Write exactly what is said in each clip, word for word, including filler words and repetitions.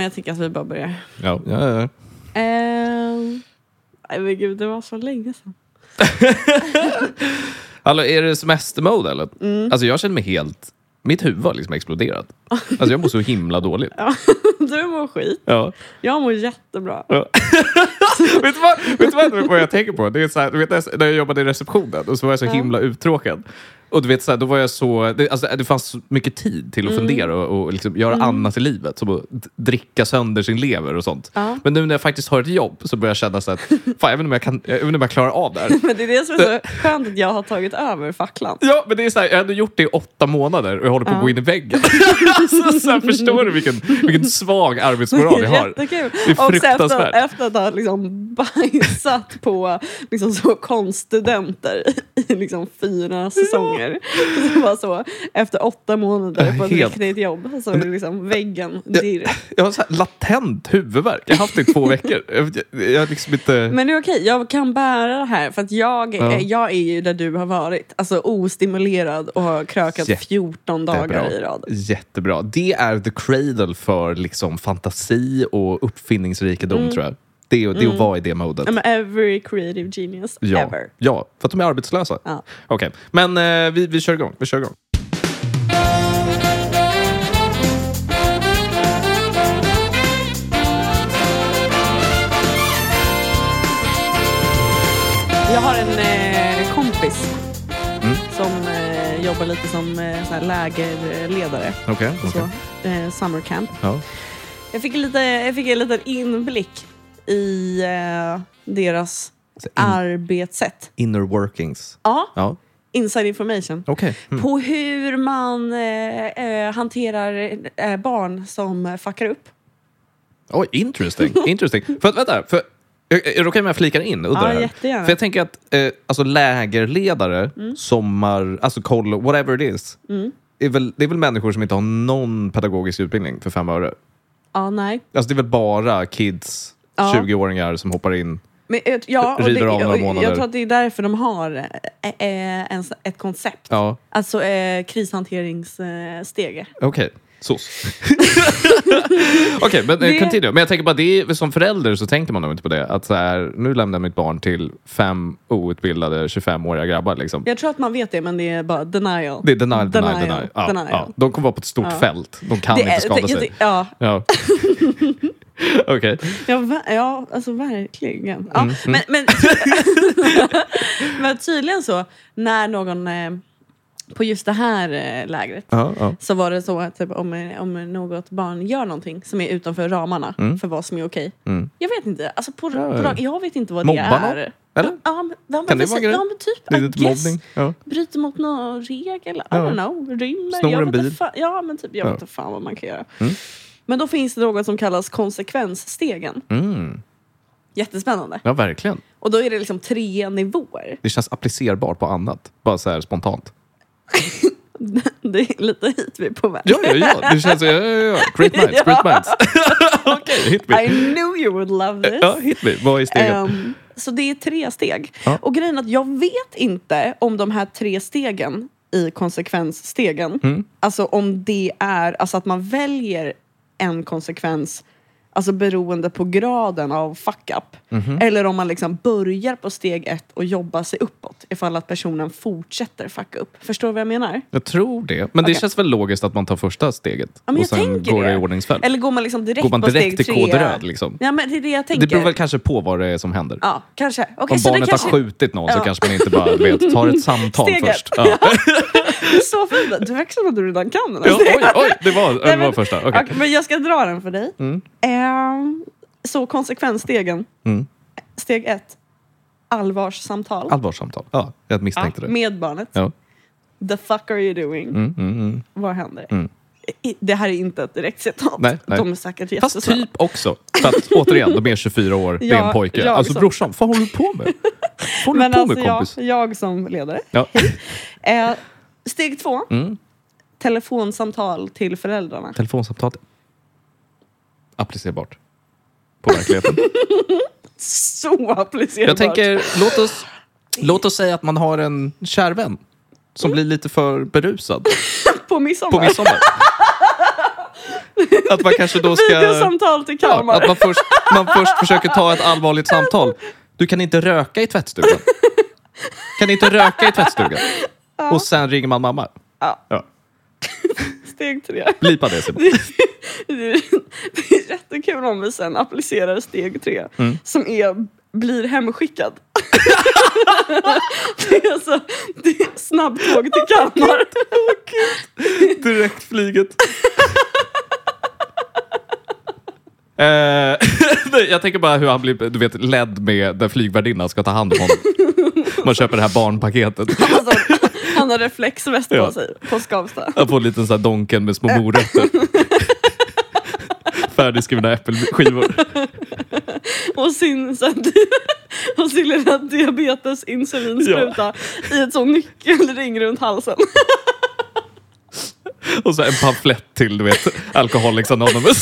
men jag tycker att vi bara börjar. Ja, ja, ja. Eh, nej men gud, det var så länge sedan. Alltså, är det semestermode eller? Mm. Alltså jag känner mig helt... Mitt huvud har liksom exploderat. Alltså jag mår så himla dåligt. Ja, du mår skit. Ja. Jag mår jättebra. Ja. vet, du vad, vet du vad, vad jag tänker på? Det är så här, du vet, när jag jobbade i receptionen och så var jag så ja. himla uttråkad. Och du vet så här, då var jag så... Det, alltså, det fanns så mycket tid till att mm. fundera och, och liksom göra mm. annat i livet. Som att dricka sönder sin lever och sånt. Ja. Men nu när jag faktiskt har ett jobb så börjar jag känna så att fan, jag vet inte om jag, kan, jag, vet inte om jag klarar av det här. Men det är det som är så skönt att jag har tagit över facklan. Ja, men det är så här, jag hade gjort det i åtta månader och jag håller på ja. att gå in i väggen. så, så här, förstår du vilken, vilken svag arbetsmoral jag har? Jättekul. Det är fruktansvärt. Och efter, efter att ha liksom bajsat på liksom så konststudenter i liksom fyra säsonger. Så var så, efter åtta månader på ett Helt. riktigt jobb så är det liksom väggen dirr. Jag, jag har så här latent huvudvärk. Jag har haft det i två veckor. Jag, jag liksom inte... Men det är okej, jag kan bära det här. För att jag, ja. jag är ju där du har varit. Alltså ostimulerad och har krökat Jättebra. fjorton dagar i rad. Jättebra. Det är the cradle för liksom fantasi och uppfinningsrikedom mm. tror jag. Det är, det är att vara i det modet. I'm every creative genius ja. ever. Ja, för att de är arbetslösa. Ja. Okej, okay. men eh, vi, vi kör igång. Vi kör igång. Jag har en eh, kompis mm. som eh, jobbar lite som eh, så här lägerledare. Okej. Okay, okay. eh, summer camp. Ja. Jag fick lite, jag fick en liten inblick i eh, deras in, arbetssätt. Inner workings. Ja. ja. Inside information. Okay. Mm. På hur man eh, eh, hanterar eh, barn som fuckar upp. Oj, oh, interesting. interesting. För att, vänta, för är det okej med att flika in under ja, det här? Jättegärna. För jag tänker att eh, alltså lägerledare, mm. sommar, alltså koll, whatever it is. Mm. Är väl, det är väl människor som inte har någon pedagogisk utbildning för fem öre. Ja, nej. Alltså det är väl bara kids, ja. tjugo-åringar som hoppar in. Men, ja, och rider det, av några månader. Jag tror att det är därför de har äh, äh, en, ett koncept. Ja. Alltså äh, krishanteringsstege. Okej. Okay. Sås. Okej, okay, men det... continue. Men jag tänker bara, det är, som förälder så tänker man nog inte på det. Att så här, nu lämnar jag mitt barn till fem outbildade tjugofemåriga grabbar. Liksom. Jag tror att man vet det, men det är bara denial. Det är denial, denial, denial. denial. Ja, denial. Ja. De kommer vara på ett stort ja. fält. De kan det inte skada är, sig. Det, ja. ja. Okej. Okay. Ja, ja, alltså verkligen. Ja, mm, men, men, men tydligen så, när någon... Eh, på just det här eh, lägret ja, ja. så var det så att typ, om, om något barn gör någonting som är utanför ramarna mm. för vad som är okej. Mm. Jag vet inte. Alltså på, ja, ja. På, jag vet inte vad Mobba det är. Någon? Eller? Ja, men, ja, kan det vara ja, men typ. Det är lite mobbning. Ja. Bryter mot någon regel. I ja. don't know. Rymmer. Snor jag en bil. Fan, ja, men typ. Jag ja. vet inte fan vad man kan göra. Mm. Men då finns det något som kallas konsekvensstegen. Mm. Jättespännande. Ja, verkligen. Och då är det liksom tre nivåer. Det känns applicerbart på annat. Bara så här spontant. Det är lite hit vi är på väg. Ja, ja, ja. Det känns, ja, ja, ja. Great minds, ja. great minds. Okej, okay, hit me. I knew you would love this. Ja, hit me. Vad är stegen? Um, så det är tre steg. Ja. Och grejen är att jag vet inte om de här tre stegen i konsekvensstegen, mm. alltså om det är, alltså att man väljer en konsekvens, alltså beroende på graden av fuck up. Mm-hmm. Eller om man liksom börjar på steg ett och jobbar sig uppåt. Ifall att personen fortsätter fucka upp. Förstår du vad jag menar? Jag tror det. Men okay. det känns väl logiskt att man tar första steget. Ja, men och sen går det i ordningsföljd. Eller går man liksom direkt, går man direkt på steg till tre? kod röd liksom? Ja, men det är det jag tänker. Det beror väl kanske på vad det är som händer. Ja, kanske. Okay, om så barnet det kanske... har skjutit någon ja. så kanske man inte bara vet, tar ett samtal steget. först. Ja. Ja. Det är så fint. Du verkar som att du redan kan den. Ja, oj, oj, det var, det Nej, var men, första. Okay. Okay, men jag ska dra den för dig. Mm. Um, Så konsekvensstegen. Mm. Steg ett. Allvarssamtal. Allvarssamtal. Ja, jag misstänkte ja, det. med barnet. Ja. The fuck are you doing? Mm, mm, mm. Vad händer? Mm. Det här är inte ett direkt citat. Nej, nej. De är säkert fast jättesnabba. typ också. För att återigen, de är tjugofyra år. Ja, det är en pojke. jag alltså som... brorsan, vad håller du på med? Vad håller Men du på alltså med, kompis? jag, jag som ledare. Ja. eh, steg två. Mm. Telefonsamtal till föräldrarna. Telefonsamtal. Applicerbart. På verkligheten. Så applicerbart. Jag tänker, låt oss, låt oss säga att man har en kärvän som mm. blir lite för berusad. På midsommar. På midsommar. Att man kanske då ska... Videosamtal till Kalmar. Ja, att man först, man först försöker ta ett allvarligt samtal. Du kan inte röka i tvättstugan. Kan inte röka i tvättstugan. Ja. Och sen ringer man mamma. Ja. Ja. Steg tre. Blipa det, Simon. Det är, det är jättekul om vi sen applicerar steg tre. Mm. Som är, blir hemskickad. Det är alltså det är snabbtåg till Kalmar. Direkt flyget. uh, jag tänker bara hur han blir, du vet, ledd med där flygvärdinnan ska ta hand om honom. Man köper det här barnpaketet. Alltså, han har reflexväst på ja. sig på Skavsta. Han får en liten sån här donken med små morötter. Färdigskrivna äppelskivor. Och sin, så att, och sin lilla diabetes-insulinspruta ja. I ett sån nyckelring runt halsen. Och så en pamflett till, du vet, Alcoholics Anonymous.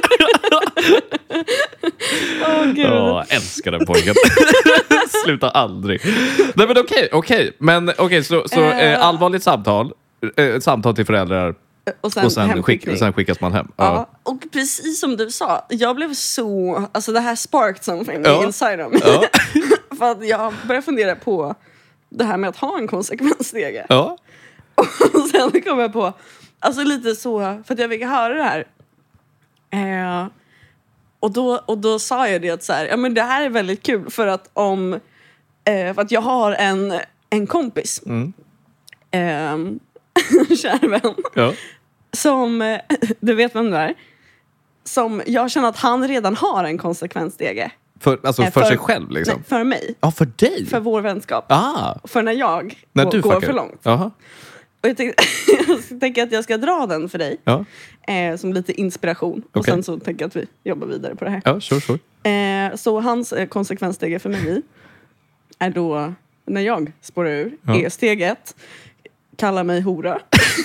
Åh, gud. Åh, älskar den pojken. Sluta aldrig. Nej, men okej, okay, okej. Okay. Men okej, okay, så, så eh, allvarligt samtal. Eh, samtal till föräldrar. Och sen, och sen, skick, och sen skickas man hem. Ja. Ja. Och precis som du sa, jag blev så... Alltså det här sparked something ja. inside of me. Ja. För att jag började fundera på det här med att ha en konsekvensstege. Ja. Och sen kom jag på... Alltså lite så... För att jag fick höra det här. Eh, och, då, och då sa jag det att så här, ja, men det här är väldigt kul. För att om... Eh, för att jag har en, en kompis. Mm. Eh, kär vän. Ja. Som, du vet vem du är. Som jag känner att han redan har en konsekvensstege. För, alltså för, för sig själv liksom? Nej, för mig. Ja, för dig? För vår vänskap. Ah. För när jag när går, du går för långt. Aha. Och jag, tänkte, jag tänker att jag ska dra den för dig. Ja. Eh, som lite inspiration. Okay. Och sen så tänker jag att vi jobbar vidare på det här. Ja, sure, sure. Eh, så hans eh, konsekvensstege för mig är då, när jag spårar ur, ja. Är steg ett. Kalla mig hora.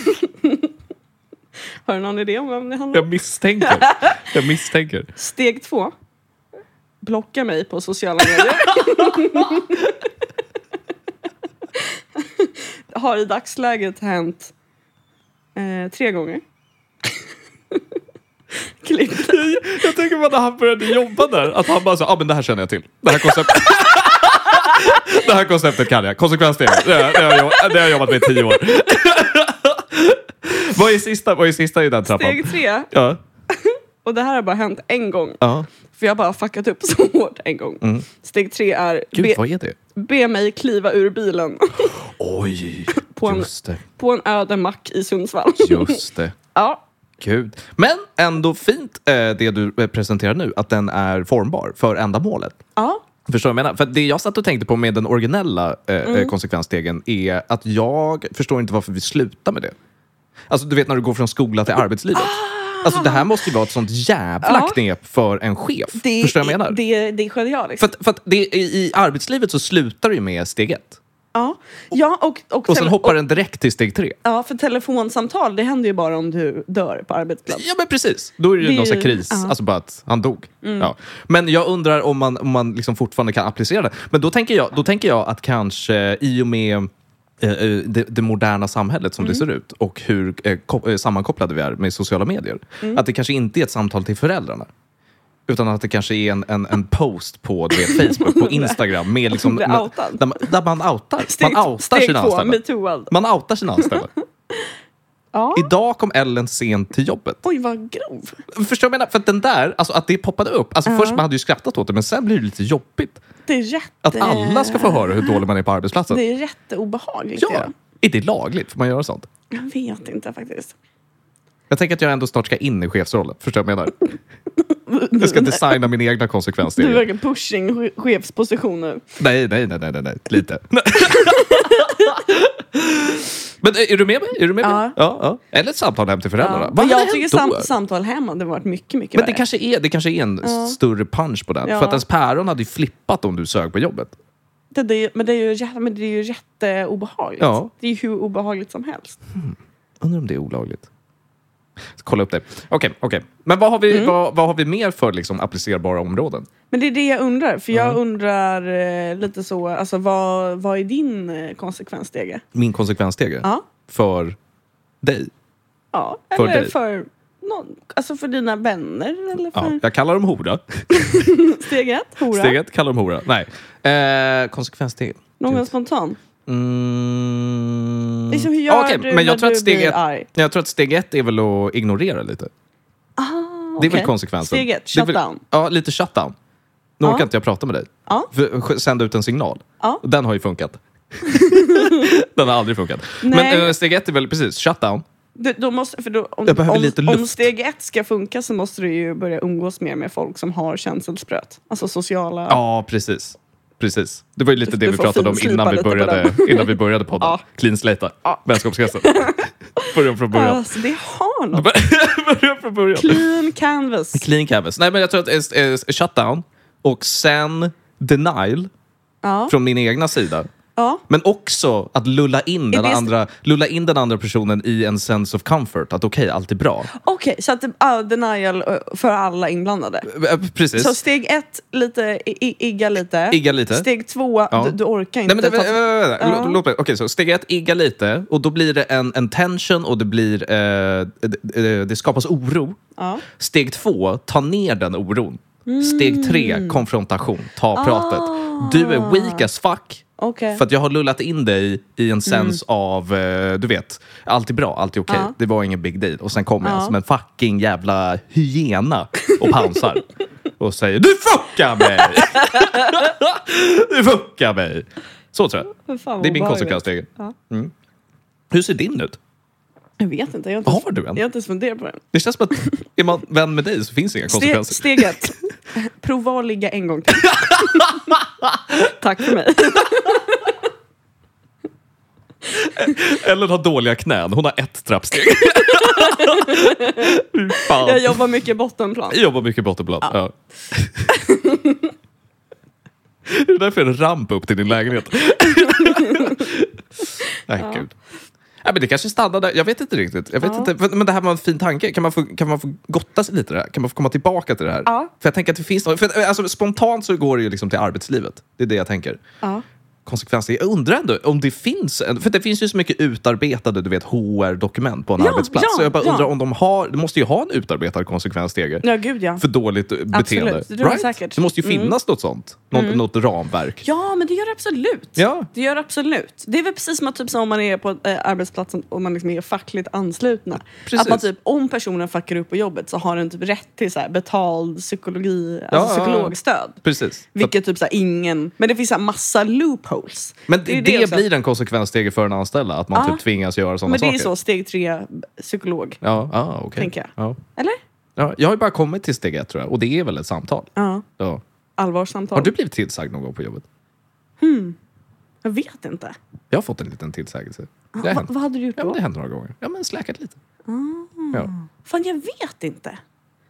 Har du någon idé om vem det handlar om? Jag misstänker. Jag misstänker. Steg två. Blocka mig på sociala medier. Har i dagsläget hänt eh, tre gånger. Klipp. Jag, jag tänker bara när han började jobba där. Att han bara sa, ja ah, men det här känner jag till. Det här konceptet. Det här konceptet kan jag. Konsekvenssteg. Det, det, det har jag jobbat med i tio år. Vad är sista, vad är sista i den trappan? Steg tre. Ja. Och det här har bara hänt en gång. Ja. För jag har bara fuckat upp så hårt en gång. Mm. Steg tre är... Gud, be, vad är det? Be mig kliva ur bilen. Oj, på en, just det. På en öde mack i Sundsvall. Just det. Ja. Gud. Men ändå fint eh, det du presenterar nu. Att den är formbar för ändamålet. Ja. Förstår jag menar? För det jag satt och tänkte på med den originella eh, mm. konsekvensstegen är att jag förstår inte varför vi slutar med det. Alltså du vet när du går från skola till arbetslivet. Ah. Alltså det här måste ju vara ett sånt jävla ja. knep för en chef. Det, Förstår jag menar? Det, det är genialiskt. För att, för att det, i arbetslivet så slutar det ju med steg ett. Ja, ja och, och, och sen tele- hoppar och, den direkt till steg tre. Ja, för telefonsamtal, det händer ju bara om du dör på arbetsplats. Ja, men precis. Då är det, det någon sån kris. Uh-huh. Alltså bara att han dog. Mm. Ja. Men jag undrar om man, om man liksom fortfarande kan applicera det. Men då tänker jag, då tänker jag att kanske i och med Det, det moderna samhället som mm. det ser ut och hur eh, kop- sammankopplade vi är med sociala medier. Mm. Att det kanske inte är ett samtal till föräldrarna. Utan att det kanske är en, en, en post på du vet, Facebook, på Instagram. Med liksom, med, där, man, där man outar. Steg, man outar sina två, anställda. Man outar sina anställda. Ja. Idag kom Ellen sent till jobbet. Oj, vad grov. Förstår jag menar? För att den där, alltså att det poppade upp. Alltså uh-huh. först man hade ju skrattat åt det, men sen blir det lite jobbigt. Det är jätte... Att alla ska få höra hur dålig man är på arbetsplatsen. Det är jätteobehagligt. Ja. Är det lagligt? Får man göra sånt? Jag vet inte faktiskt. Jag tänker att jag ändå snart ska in i chefsrollen. Förstår jag menar? Jag ska designa min egna konsekvenssteg. Du verkar pushing chefspositioner. Nej, nej, nej, nej, nej. Lite. Men är du med mig? Är du med ja. mig? Ja, ja. Eller ett samtal hem till föräldrarna. Ja. Men jag tycker sam- samtal hem hade varit mycket, mycket Men det värre. kanske är, det kanske är en ja. större punch på den. Ja. För att ens päron hade ju flippat om du sög på jobbet. Det, det, men, det är ju, men det är ju jätteobehagligt. Ja. Det är ju hur obehagligt som helst. Hmm. Undrar om det är olagligt. Så kolla upp det. Okej, okay, okej. Okay. Men vad har vi, mm. vad, vad har vi mer för liksom, applicerbara områden? Men det är det jag undrar. För jag mm. undrar eh, lite så, alltså vad, vad är din eh, konsekvensstege? Min konsekvensstege? Ja. För dig? Ja, för eller dig. för någon, alltså för dina vänner eller för... Ja, jag kallar dem hora. Steg ett, hora. Steg ett kallar dem hora. Nej. Eh, konsekvenssteg. Någon spontan. Mm. Liksom, hur gör okay, du men jag när tror du att steg blir ett, arg? Jag tror att steg ett är väl att ignorera lite. Ah, det är okay. väl konsekvensen. Steg ett, Det är väl- shutdown. Ja, lite shutdown. Nu Ja. orkar inte jag prata med dig. Ja. För, sända ut en signal. Ja. Den har ju funkat. Den har aldrig funkat. Nej. Men äh, steg ett är väl precis shutdown. Du, då måste, för då, om, Jag behöver om, lite om luft. steg ett ska funka så måste du ju börja umgås mer med folk som har känselspröt. Alltså sociala... Ja, precis. Precis. Det var ju lite Du- det du vi får pratade om finslipa innan vi lite på började, innan vi började podden. Ja. Clean slate. Ja. Vänskapskretsen. Börja från början. Alltså det har något. Börja från början. Clean canvas. Clean canvas. Nej, men jag tror att det är, är shutdown och sen denial Ja. från min egna sida. Ja. Men också att lulla in, den det- andra, lulla in den andra personen i en sense of comfort. Att okej, okay, allt är bra. Okej, så att uh, denial uh, för alla inblandade. Eh, Precis. Så steg ett, lite, i, i, igga lite. Igga lite. Steg två, Ja. du, du orkar inte. Nej, men det, ta- vä- vä- vä- Ja. lå- låt mig- Okej, så steg ett, igga lite. Och då blir det en, en tension och det blir eh, det, det skapas oro. Ja. Steg två, ta ner den oron. Steg tre, konfrontation. Ta pratet. Du är weak as fuck. Okej. För att jag har lullat in dig i en sens av, eh, du vet, allt är bra, allt är okej. Ja. Det var ingen big deal. Och sen kommer jag Ja. som en fucking jävla hyena och pansar. Och säger, du fuckar mig! Du fuckar mig! Så tror För jag. fan, Det är min vad konsekvenssteg. Ja. Mm. Hur ser din ut? Jag vet inte. Jag har inte, Har du en? Jag har inte ens funderat på den. Det känns som att är man vän med dig så finns det inga Steg, konsekvenser. steg ett. Prova att ligga en gång till. Tack för mig. Eller har dåliga knän. Hon har ett trappsteg. Fy fan. Jag jobbar mycket bottenplan. Jag jobbar mycket bottenplan. Ja. Ja. Det är därför en ramp upp till din lägenhet. Nej, ja. Gud. Ja, men det kanske stannar där. Jag vet inte riktigt. Jag vet Ja. inte. Men det här var en fin tanke. Kan man få, kan man få gotta sig lite där? Kan man få komma tillbaka till det här? Ja. För jag tänker att det finns något. För, alltså, spontant så går det ju liksom till arbetslivet. Det är det jag tänker. Ja. Konsekvenser. Jag undrar ändå om det finns en, för det finns ju så mycket utarbetade, du vet, H R-dokument på en Ja, arbetsplats. ja, så jag bara ja. undrar om de har, de måste ju ha en utarbetad konsekvensstege. Ja, gud ja. För dåligt beteende. det tror jag säkert. Det måste ju finnas något sånt. Något, något ramverk. Ja, men det gör det absolut. Ja. Det gör det absolut. Det är väl precis som att typ, som om man är på äh, arbetsplatsen och man liksom är fackligt anslutna. Precis. Att man typ, om personen fuckar upp på jobbet så har den typ rätt till så här, betald psykologi, alltså Ja, ja, ja. psykologstöd. Precis. Vilket typ så här, ingen... Men det finns så här, massa loopholes. Men det, är ju det, också. blir en konsekvensstege för en anställda. Att man Ja. typ tvingas göra sådana Men det saker. är så, steg tre, psykolog. Ja, ja okej. Tänker jag. Ja. Eller? Ja, jag har ju bara kommit till steg ett tror jag. Och det är väl ett samtal. Ja. Ja. Allvarssamtal. Har du blivit tillsagd någon gång på jobbet? Jag vet inte. Jag har fått en liten tillsägelse. Det har Va, hänt. vad hade du gjort Ja, då? men det har hänt några gånger. Ja, men släkat lite. Ja. Fan, jag vet inte.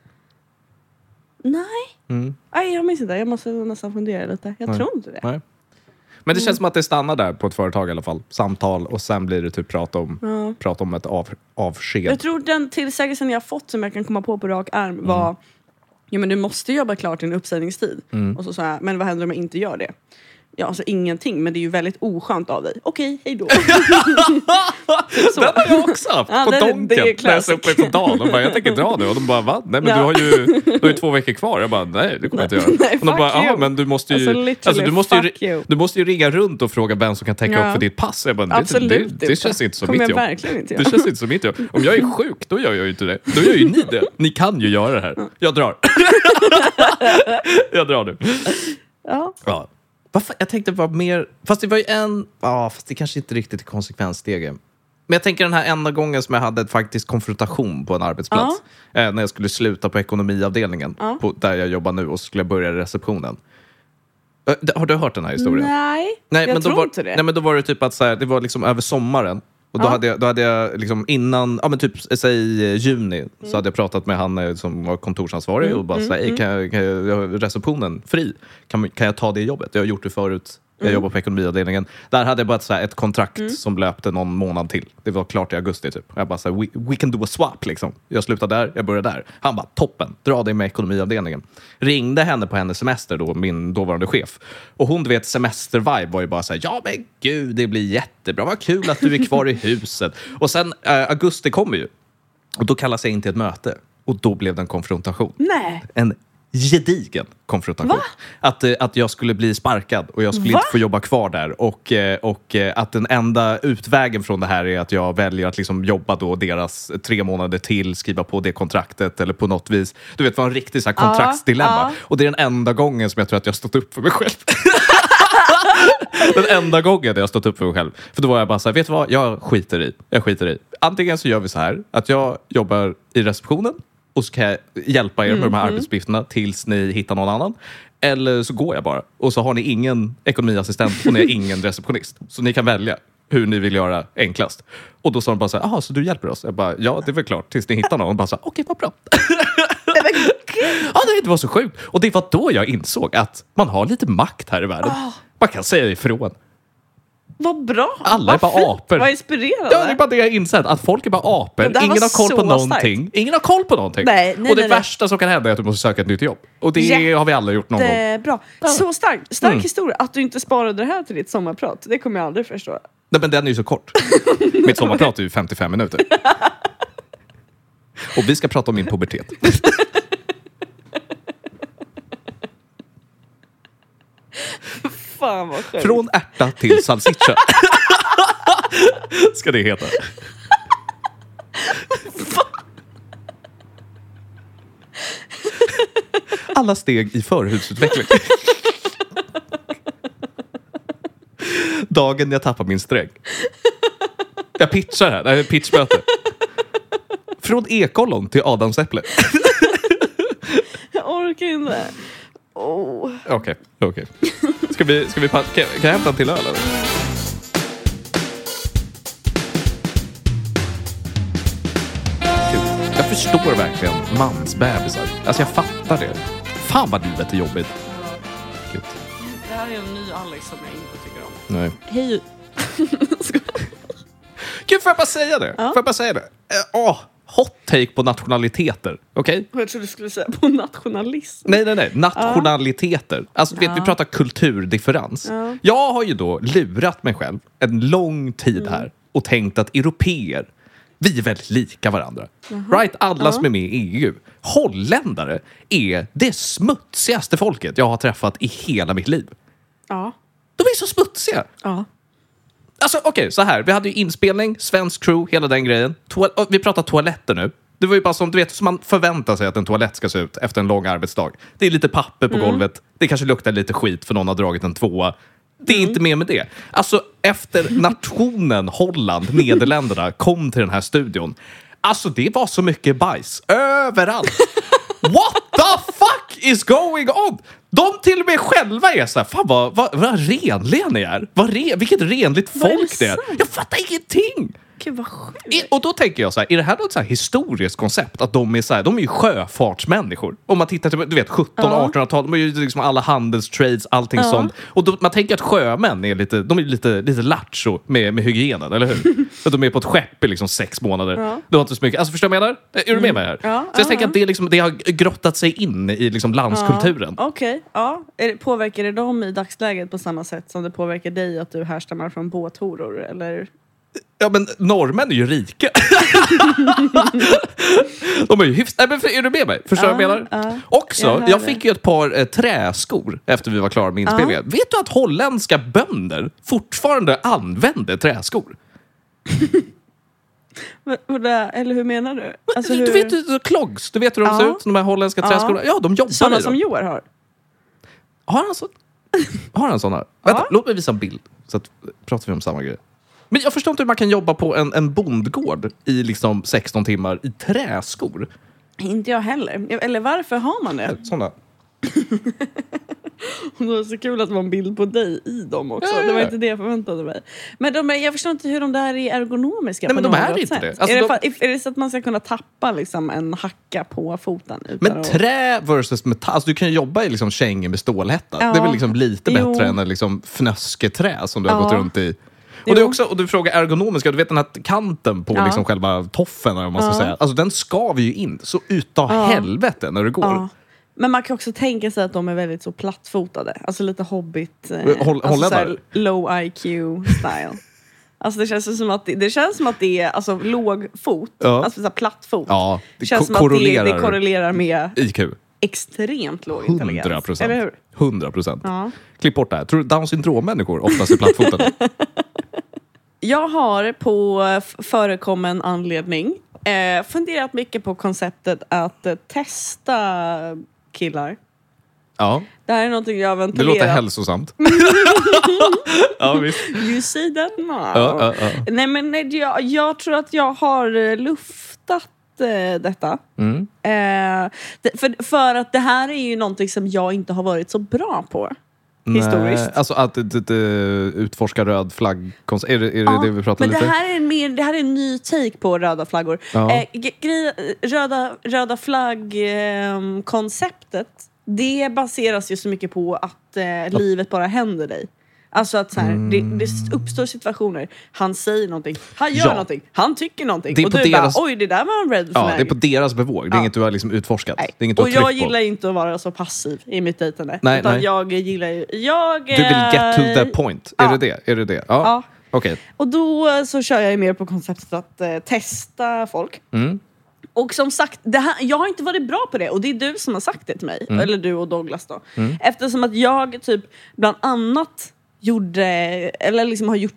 Nej. Mm. Nej, jag minns inte. Jag måste nästan fundera lite. Jag Nej. tror inte det. Nej. Men det känns som att det stannar där på ett företag i alla fall. Samtal och sen blir det typ prat om, Ja. prat om ett av, avsked. Jag tror den tillsägelsen jag fått som jag kan komma på på rak arm var ja, men du måste jobba klart din uppsägningstid. Och så sa jag, men vad händer om jag inte gör det? Ja, alltså ingenting, men det är ju väldigt oskönt av dig. Okej, hej då. Typ så. Den har jag också haft Ja, på det är- Donken. det är När jag classic. sa upp mig på dagen. De bara, jag tänker dra nu. Och de bara, va? Nej, men Ja. du, har ju, du har ju två veckor kvar. Jag bara, nej, det kommer jag inte göra. Nej, och de fuck bara, you. jaha, men du måste ju, Alltså, literally, du, måste ju fuck you. du måste ju ringa runt och fråga vem som kan täcka Ja. upp för ditt pass. Jag bara, det, Absolut det, inte. det känns inte som Kommer mitt jag jobb. verkligen inte göra. Det känns inte som mitt jobb. Om jag är sjuk, då gör jag ju inte det. Då gör ju ni det. Ni kan ju göra det här. Jag drar. jag drar nu. Ja. Ja. Varför? Jag tänkte bara mer... Fast det var ju en... Ja, fast det kanske inte riktigt är konsekvensstegen. Men jag tänker den här enda gången som jag hade ett faktiskt konfrontation på en arbetsplats. Eh, när jag skulle sluta på ekonomiavdelningen. Ja. På, där jag jobbar nu och skulle börja i receptionen. Eh, d- har du hört den här historien? Nej, Nej, jag men då tror var, inte det. Nej, men då var det typ att så här, det var liksom över sommaren. Och då, Ja. hade jag, då hade jag liksom innan, ja men typ säg juni, Mm. så hade jag pratat med han eh, som var kontorsansvarig och bara såhär, kan, jag- kan jag, jag har receptionen fri? Kan, kan jag ta det jobbet? Jag har gjort det förut. Jag Mm. jobbar på ekonomiavdelningen. Där hade jag bara så här, ett kontrakt som löpte någon månad till. Det var klart i augusti typ. Jag bara så här, we, we can do a swap liksom. Jag slutar där, jag börjar där. Han bara, toppen, dra dig med ekonomiavdelningen. Ringde henne på hennes semester då, min dåvarande chef. Och hon, du vet, semestervibe var ju bara så här, ja men gud, det blir jättebra. Vad kul att du är kvar i huset. Och sen, äh, augusti kommer ju. Och då kallas jag in till ett möte. Och då blev det en konfrontation. Nej. En gedigen konfrontation. Va? Att, eh, att jag skulle bli sparkad och jag skulle Va? inte få jobba kvar där. Och, eh, och eh, att den enda utvägen från det här är att jag väljer att liksom jobba då deras tre månader till, skriva på det kontraktet eller på något vis. Du vet, vad en riktig så här kontraktsdilemma. Ja, ja. Och det är den enda gången som jag tror att jag har stått upp för mig själv. Den enda gången jag har stått upp för mig själv. För då var jag bara så här, vet du vad? Jag skiter i. Jag skiter i. Antingen så gör vi så här, att jag jobbar i receptionen och så kan jag hjälpa er med mm, de här mm. arbetsuppgifterna tills ni hittar någon annan. Eller så går jag bara. Och så har ni ingen ekonomiassistent och ni har ingen receptionist. Så ni kan välja hur ni vill göra enklast. Och då sa de bara så här, jaha, så du hjälper oss? Jag bara, ja, det är väl klart. Tills ni hittar någon. Och bara så här, okej, vad bra. Ja, det var så sjukt. Och det var då jag insåg att man har lite makt här i världen. Oh. Man kan säga ifrån. Vad bra. Alla är bara fint. Apor. Vad inspirerande. Ja, det är bara det jag insett. Att folk är bara apor. Ingen har koll på någonting. Starkt. Ingen har koll på någonting. Nej, nej, och det nej, värsta nej. som kan hända är att du måste söka ett nytt jobb. Och det ja. har vi alla gjort någon gång. Det är bra. Så stark, stark mm. historia. Att du inte sparade det här till ditt sommarprat. Det kommer jag aldrig förstå. Nej, men den är ju så kort. Mitt sommarprat är ju femtiofem minuter. Och vi ska prata om min pubertet. Fan vad sjukt. Från ärta till salsiccia. Ska det heta. Alla steg i förhusutveckling. Dagen jag tappar min sträng. Jag pitchar här. Det här är pitchmöte. Från ekollon till adamsäpple. Jag orkar inte. Oh. Okej, okay, okej. Okay. Ska vi, ska vi kan, kan jag hämta en till öl eller? Kul. Jag förstår verkligen mansbebisar. Alltså jag fattar det. Fan vad livet är jobbigt. Kul. Det här är en ny Alex som jag inte tycker om. Nej. Hej. Gud, får jag bara säga det? Ja. Får jag bara säga det? Åh. Uh, oh. Hot take på nationaliteter, okej? Okay? Jag trodde du skulle säga på nationalism. Nej, nej, nej. Nationaliteter. Ja. Alltså, du vet, ja. vi pratar kulturdifferens. Ja. Jag har ju då lurat mig själv en lång tid mm. här och tänkt att europeer, vi är väldigt lika varandra. Jaha. Right? Alla ja. som är med i E U. Holländare är det smutsigaste folket jag har träffat i hela mitt liv. Ja. De är så smutsiga. Ja. Alltså okej, okay, så här. Vi hade ju inspelning, svensk crew, hela den grejen. Toal- vi pratar toaletter nu. Det var ju bara som, du vet, som man förväntar sig att en toalett ska se ut efter en lång arbetsdag. Det är lite papper på mm. golvet. Det kanske luktar lite skit för någon har dragit en tvåa. Det är mm. inte mer med det. Alltså efter nationen Holland, Nederländerna kom till den här studion. Alltså det var så mycket bajs överallt. What the fuck is going on? De till och med själva är så här, fan vad, vad, vad renliga ni är. Vad re, vilket renligt folk det är. Jag fattar ingenting. Gud vad sjukt. I, och då tänker jag så här, är det här något så här historiskt koncept? Att de är så här, de är ju sjöfartsmänniskor. Om man tittar till, du vet, sjutton artonhundratal, de är ju liksom alla handelstrades, allting ja. sånt. Och då, man tänker att sjömän är lite, de är lite, lite lattjo med, med hygienen, eller hur? För de är på ett skepp i liksom sex månader. Ja. Du har inte så mycket, alltså förstår du vad jag menar? Är du med mig här? Ja. Så jag ja, tänker ja. att det, är liksom, det har grottat sig in i liksom landskulturen. Ja. Okej, okay. ja. Är det, påverkar det dem i dagsläget på samma sätt som det påverkar dig att du härstammar från båthoror, eller? Ja, men norrmän är ju rika. De är ju hyfsat. Nej, men för, är du med mig? Förstår du uh, vad jag menar? Uh, Också, jag, jag fick ju ett par eh, träskor efter vi var klara med inspelningen. Uh. Vet du att holländska bönder fortfarande använder träskor? Eller hur menar du? Alltså, du, hur... du vet ju clogs. Du vet hur de uh. ser ut, de här holländska uh. träskorna. Ja, de jobbar sådana i som dem. Joar har. Har han så? Har han sådana? Uh. Vänta, låt mig visa en bild. Så att, pratar vi om samma grej. Men jag förstår inte hur man kan jobba på en, en bondgård i liksom sexton timmar i träskor. Inte jag heller. Eller varför har man det? Sådana. Det var så kul att det var en bild på dig i dem också. Ja, ja, ja. Det var inte det jag förväntade mig. Men de är, jag förstår inte hur de där är ergonomiska. Nej, på men de är något inte sätt. det. Alltså är, de... det fa- är det så att man ska kunna tappa liksom en hacka på foten? Men trä versus metall. Alltså, du kan ju jobba i liksom kängor med stålhätta. Ja. Det är väl liksom lite Jo. bättre än en liksom fnösketrä som du har ja. gått runt i. Och, det är också, och du frågar ergonomiska, du vet den här kanten på ja. liksom själva toffen, om man ska ja. säga. Alltså den skaver ju in så utav ja. helvete när det går. Ja. Men man kan också tänka sig att de är väldigt så plattfotade. Alltså lite hobbit. Eh, Håll, alltså såhär low I Q style. Alltså det känns som att det, det känns som att det är alltså låg fot, ja. alltså så här platt fot. Ja, det känns ko- som korrelerar. att det, det korrelerar med I Q. Extremt låg intelligens. hundra procent. Eller hur? hundra procent. Ja. Klipp bort det här. Tror du Down syndrom-människor oftast är plattfotade? Jag har på f- förekommen anledning eh, funderat mycket på konceptet att eh, testa killar. Ja. Det här är någonting jag har ventilerat. Det låter hälsosamt. Ja, visst. You see that now. Ja, ja, ja. Nej, men nej, jag, jag tror att jag har luftat eh, detta. Mm. Eh, det, för, för att det här är ju någonting som jag inte har varit så bra på. Historiskt. Nej, alltså att det, det, utforska röd flagg. Är det är det, ja, det vi pratar men lite? Det här är mer, det här är en ny take på röda flaggor. Ja. Eh, grej, röda, röda flagg eh, konceptet, det baseras ju så mycket på att eh, livet bara händer dig. Alltså att så här, mm. det, det uppstår situationer. Han säger någonting, han gör ja. någonting, han tycker någonting. Det är och på du deras... bara, oj det där var en red flag. Ja, det är på deras bevåg. Det är ja. inget du har liksom utforskat. Nej. Det är inget och du har jag tryckt gillar på. inte att vara så passiv i mitt dejtande. Nej, utan nej. jag gillar ju... Jag, du vill get to that point. Ja. Är det det? Är det det? Ja. ja. Okej. Okay. Och då så kör jag ju mer på konceptet att eh, testa folk. Mm. Och som sagt, det här, jag har inte varit bra på det. Och det är du som har sagt det till mig. Mm. Eller du och Douglas då. Mm. Eftersom att jag typ bland annat gjorde, eller liksom har gjort,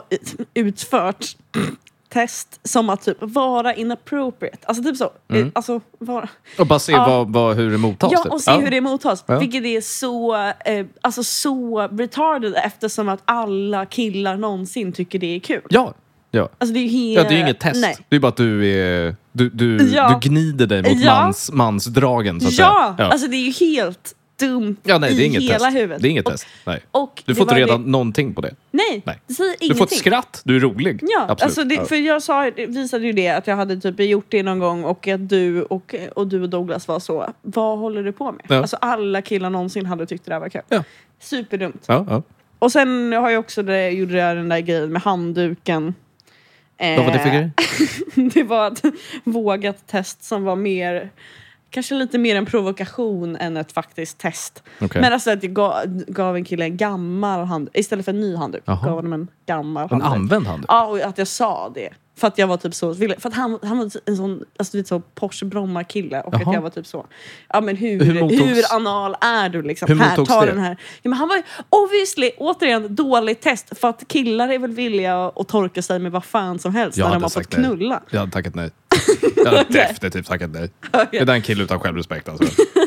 utfört test som att typ vara inappropriate. Alltså typ så. Mm. Alltså, vara, och bara se ja. vad, vad, hur det mottas. Ja, typ. och se ja. hur det mottas. Ja. Vilket är så, eh, alltså så retarded eftersom att alla killar någonsin tycker det är kul. Ja. Ja. Alltså det är ju helt... ja, det är ju inget test. Nej. Det är bara att du är du, du, ja. du gnider dig mot ja. mans, mansdragen så att ja. säga. Ja, alltså det är ju helt dumt ja, nej, det är i inget hela test. huvudet. Det är inget och, test. Nej. Och du får inte reda det... någonting på det. Nej, nej. det säger ingenting. Du får ett skratt, du är rolig. Ja, absolut. alltså det, ja. för jag sa, visade ju det att jag hade typ gjort det någon gång och att du och, och du och Douglas var så, vad håller du på med? Ja. Alltså alla killar någonsin hade tyckt det där var kul. Ja. Superdumt. Ja, ja. Och sen har jag också det, gjorde jag den där grejen med handduken. Vad var det för grej? Det var ett vågat test som var mer, kanske lite mer en provokation än ett faktiskt test. Okay. Men alltså att jag gav, gav en kille en gammal handduk istället för en ny handduk. Gav honom en gammal handduk. En använd handduk? Ja, och att jag sa det. För att jag var typ så, för att han, han var en sån, alltså du vet så Porsche Bromma kille och Jaha. Att jag var typ så. Ja men hur hur, hur anal är du liksom? Hur här ta det? Den här. Ja, men han var ju obviously återigen dåligt test för att killar är väl villiga att torka sig med vad fan som helst när de har fått knulla. Jag hade tackat nej. Jag hade okay. definitivt tackat nej. Okay. Det är en kille utan självrespekt alltså.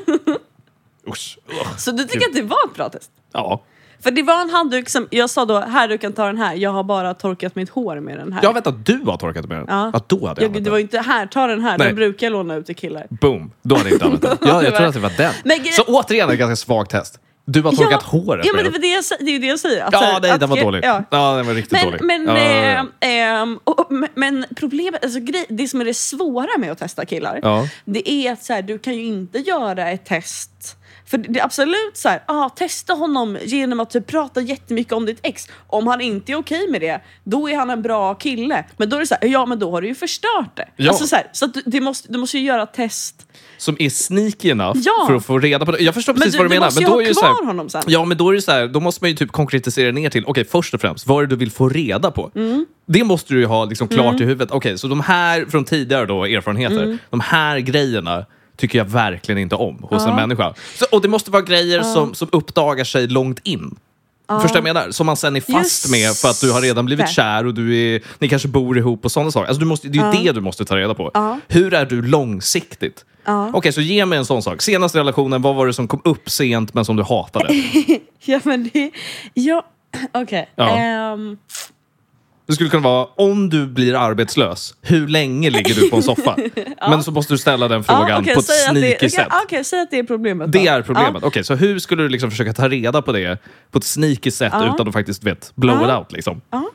Usch. Så du tycker att det var ett bra test? Ja. För det var en handduk som, jag sa då, här du kan ta den här. Jag har bara torkat mitt hår med den här. Jag vet att du har torkat med den. Ja. Att då hade jag jag, det var ju inte, här, ta den här. Nej. Den brukar jag låna ut till killar. Boom, då hade jag inte använt den. Ja, jag tror att det var den. Men, så återigen ett ganska svagt test. Du har torkat ja, håret ja, men med det, det, jag, det är ju det jag säger. Att, ja, nej, att, den var dålig. Ja. ja, den var riktigt men, dålig. Men, ja, ja, ja. Äh, äh, och, och, men problemet, alltså, grej, det som är det svåra med att testa killar, ja. det är att så här, du kan ju inte göra ett test. För det är absolut så här, ah, testa honom genom att typ, prata jättemycket om ditt ex. Om han inte är okej med det, då är han en bra kille. Men då är det så här, ja men då har du ju förstört det. Ja. Alltså, så här, så att du, det måste, du måste ju göra för som är sneaky enough ja. för att få reda på det. Jag förstår precis men vad du, du menar. Måste men då ju är ju kvar så här, honom sen. Ja, men då är det så här, då måste man ju typ konkretisera ner till, okej, okay, först och främst, vad är det du vill få reda på? Mm. Det måste du ju ha liksom klart mm. i huvudet. Okej, okay, så de här från tidigare då erfarenheter, mm. de här grejerna tycker jag verkligen inte om hos ja. en människa. Så, och det måste vara grejer ja. som, som uppdagar sig långt in. Ja. Förstår jag menar? Som man sen är fast Just med för att du har redan blivit det. kär och du är, ni kanske bor ihop och sådana saker. Alltså du måste, det är ju ja. det du måste ta reda på. Ja. Hur är du långsiktigt? Ja. Okej, okay, så ge mig en sån sak. Senaste relationen, vad var det som kom upp sent men som du hatade? ja, men det... Ja, okej. Okay. Ja. Um... Det skulle kunna vara, om du blir arbetslös, hur länge ligger du på en soffa? ja. Men så måste du ställa den frågan ja, okay, på ett sneaky det, sätt. Okej, okay, säg att det är problemet. Då. Det är problemet. Ja. Okej, okay, så hur skulle du liksom försöka ta reda på det på ett sneaky sätt ja. utan att faktiskt vet, blow ja. it out liksom? Ja.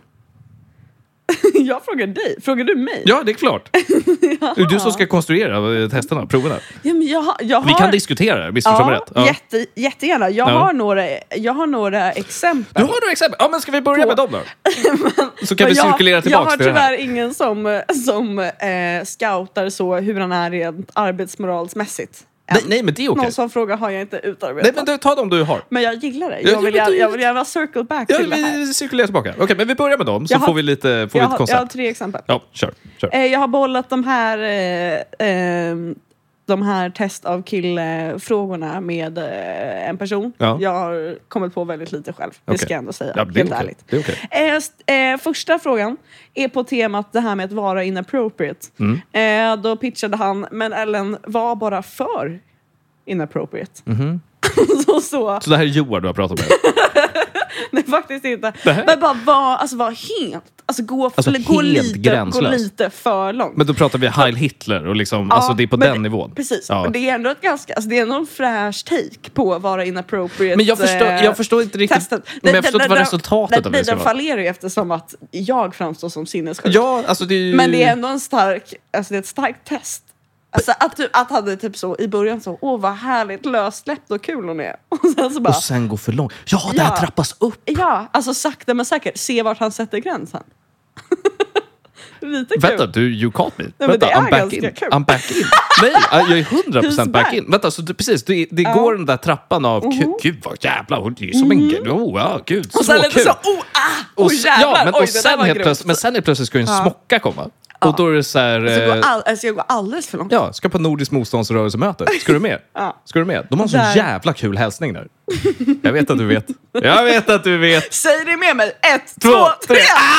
Jag frågar dig. Frågar du mig? Ja, det är klart. ja. Det är du som ska konstruera testerna, proverna. Ja, men jag, jag har... Vi kan diskutera det, missförstå mig ja, rätt. Ja. Jätte, jättegärna. Jag, ja. har några, jag har några exempel. Du har några exempel? Ja, men ska vi börja på... med dem då? men, så kan vi jag, cirkulera tillbaka Jag har till det här. tyvärr ingen som, som eh, scoutar så hur han är rent arbetsmoralsmässigt. Nej, nej, men det är okej. Någon sån fråga har jag inte utarbetat. Nej, men du, ta dem du har. Men jag gillar det. Ja, Jag vill, men du- jag, jag vill gärna circle back Ja, till det här. vi cirkulerar tillbaka. Okej, men vi börjar med dem så Jag har- får vi lite, får vi Jag ett har, koncept. jag har tre exempel. Ja, kör. kör. Eh, jag har bollat de här eh, eh, de här test av killfrågorna med eh, en person. Ja. Jag har kommit på väldigt lite själv. Det Okej. ska jag ändå säga. Ja, det är helt okej. ärligt. Det är okej. Eh, st- eh, första frågan är på temat det här med att vara inappropriate. Mm. Eh, då pitchade han, men Ellen var bara för inappropriate. Mhm. så, så. Så det här är Joar du har pratat med? Nej, faktiskt inte. Nähä. Men bara var, alltså var helt, alltså gå, Alltså eller gå, helt lite, gå gränslös. lite för långt. Men då pratar vi Heil Hitler och liksom, Ja, alltså det är på men- den nivån. Precis, Ja. men det är ändå ett ganska, alltså det är ändå en fräsch take på att vara inappropriate. Men jag förstår, eh, jag förstår inte riktigt, testet. men jag förstår inte vad Den- resultatet den, av det ska den vara. fallerar ju eftersom att jag framstår som sinnessjuk. Ja, alltså det är ju... Men det är ändå en stark, alltså det är ett starkt test. Alltså att, du, att han är typ så i början så, åh vad härligt lössläppt och kul hon är. Och sen så bara, Och sen gå för långt. Ja, det här Ja. trappas upp. ja, alltså sakta men säkert, se vart han sätter gränsen. Lite kul. Vänta, du, you caught me. men Vänta, det är I'm back ganska in. kul. I'm back in. Nej, jag är hundra procent Who's back back? in. Vänta, så det, precis, det, det Ja. går den där trappan av, mm-hmm. gud vad jävlar, hon är som en gud. Oh, ja, gud, så Och sen lite kul. så, oh ah, Och oh s- jävlar, ja, men, oj och det där sen var helt grovt. plötsligt, men sen helt plötsligt ska en Ja. smocka komma. Och då är det så här... Alltså, jag eh, går all, alltså jag går alldeles för långt. Ja, ska på Nordisk motståndsrörelsemöte. Ska du med? Ja. Ska du med? De har en så Där. jävla kul hälsning där. Jag vet att du vet. Jag vet att du vet. Säg det med mig, ett, Två, två, tre. tre!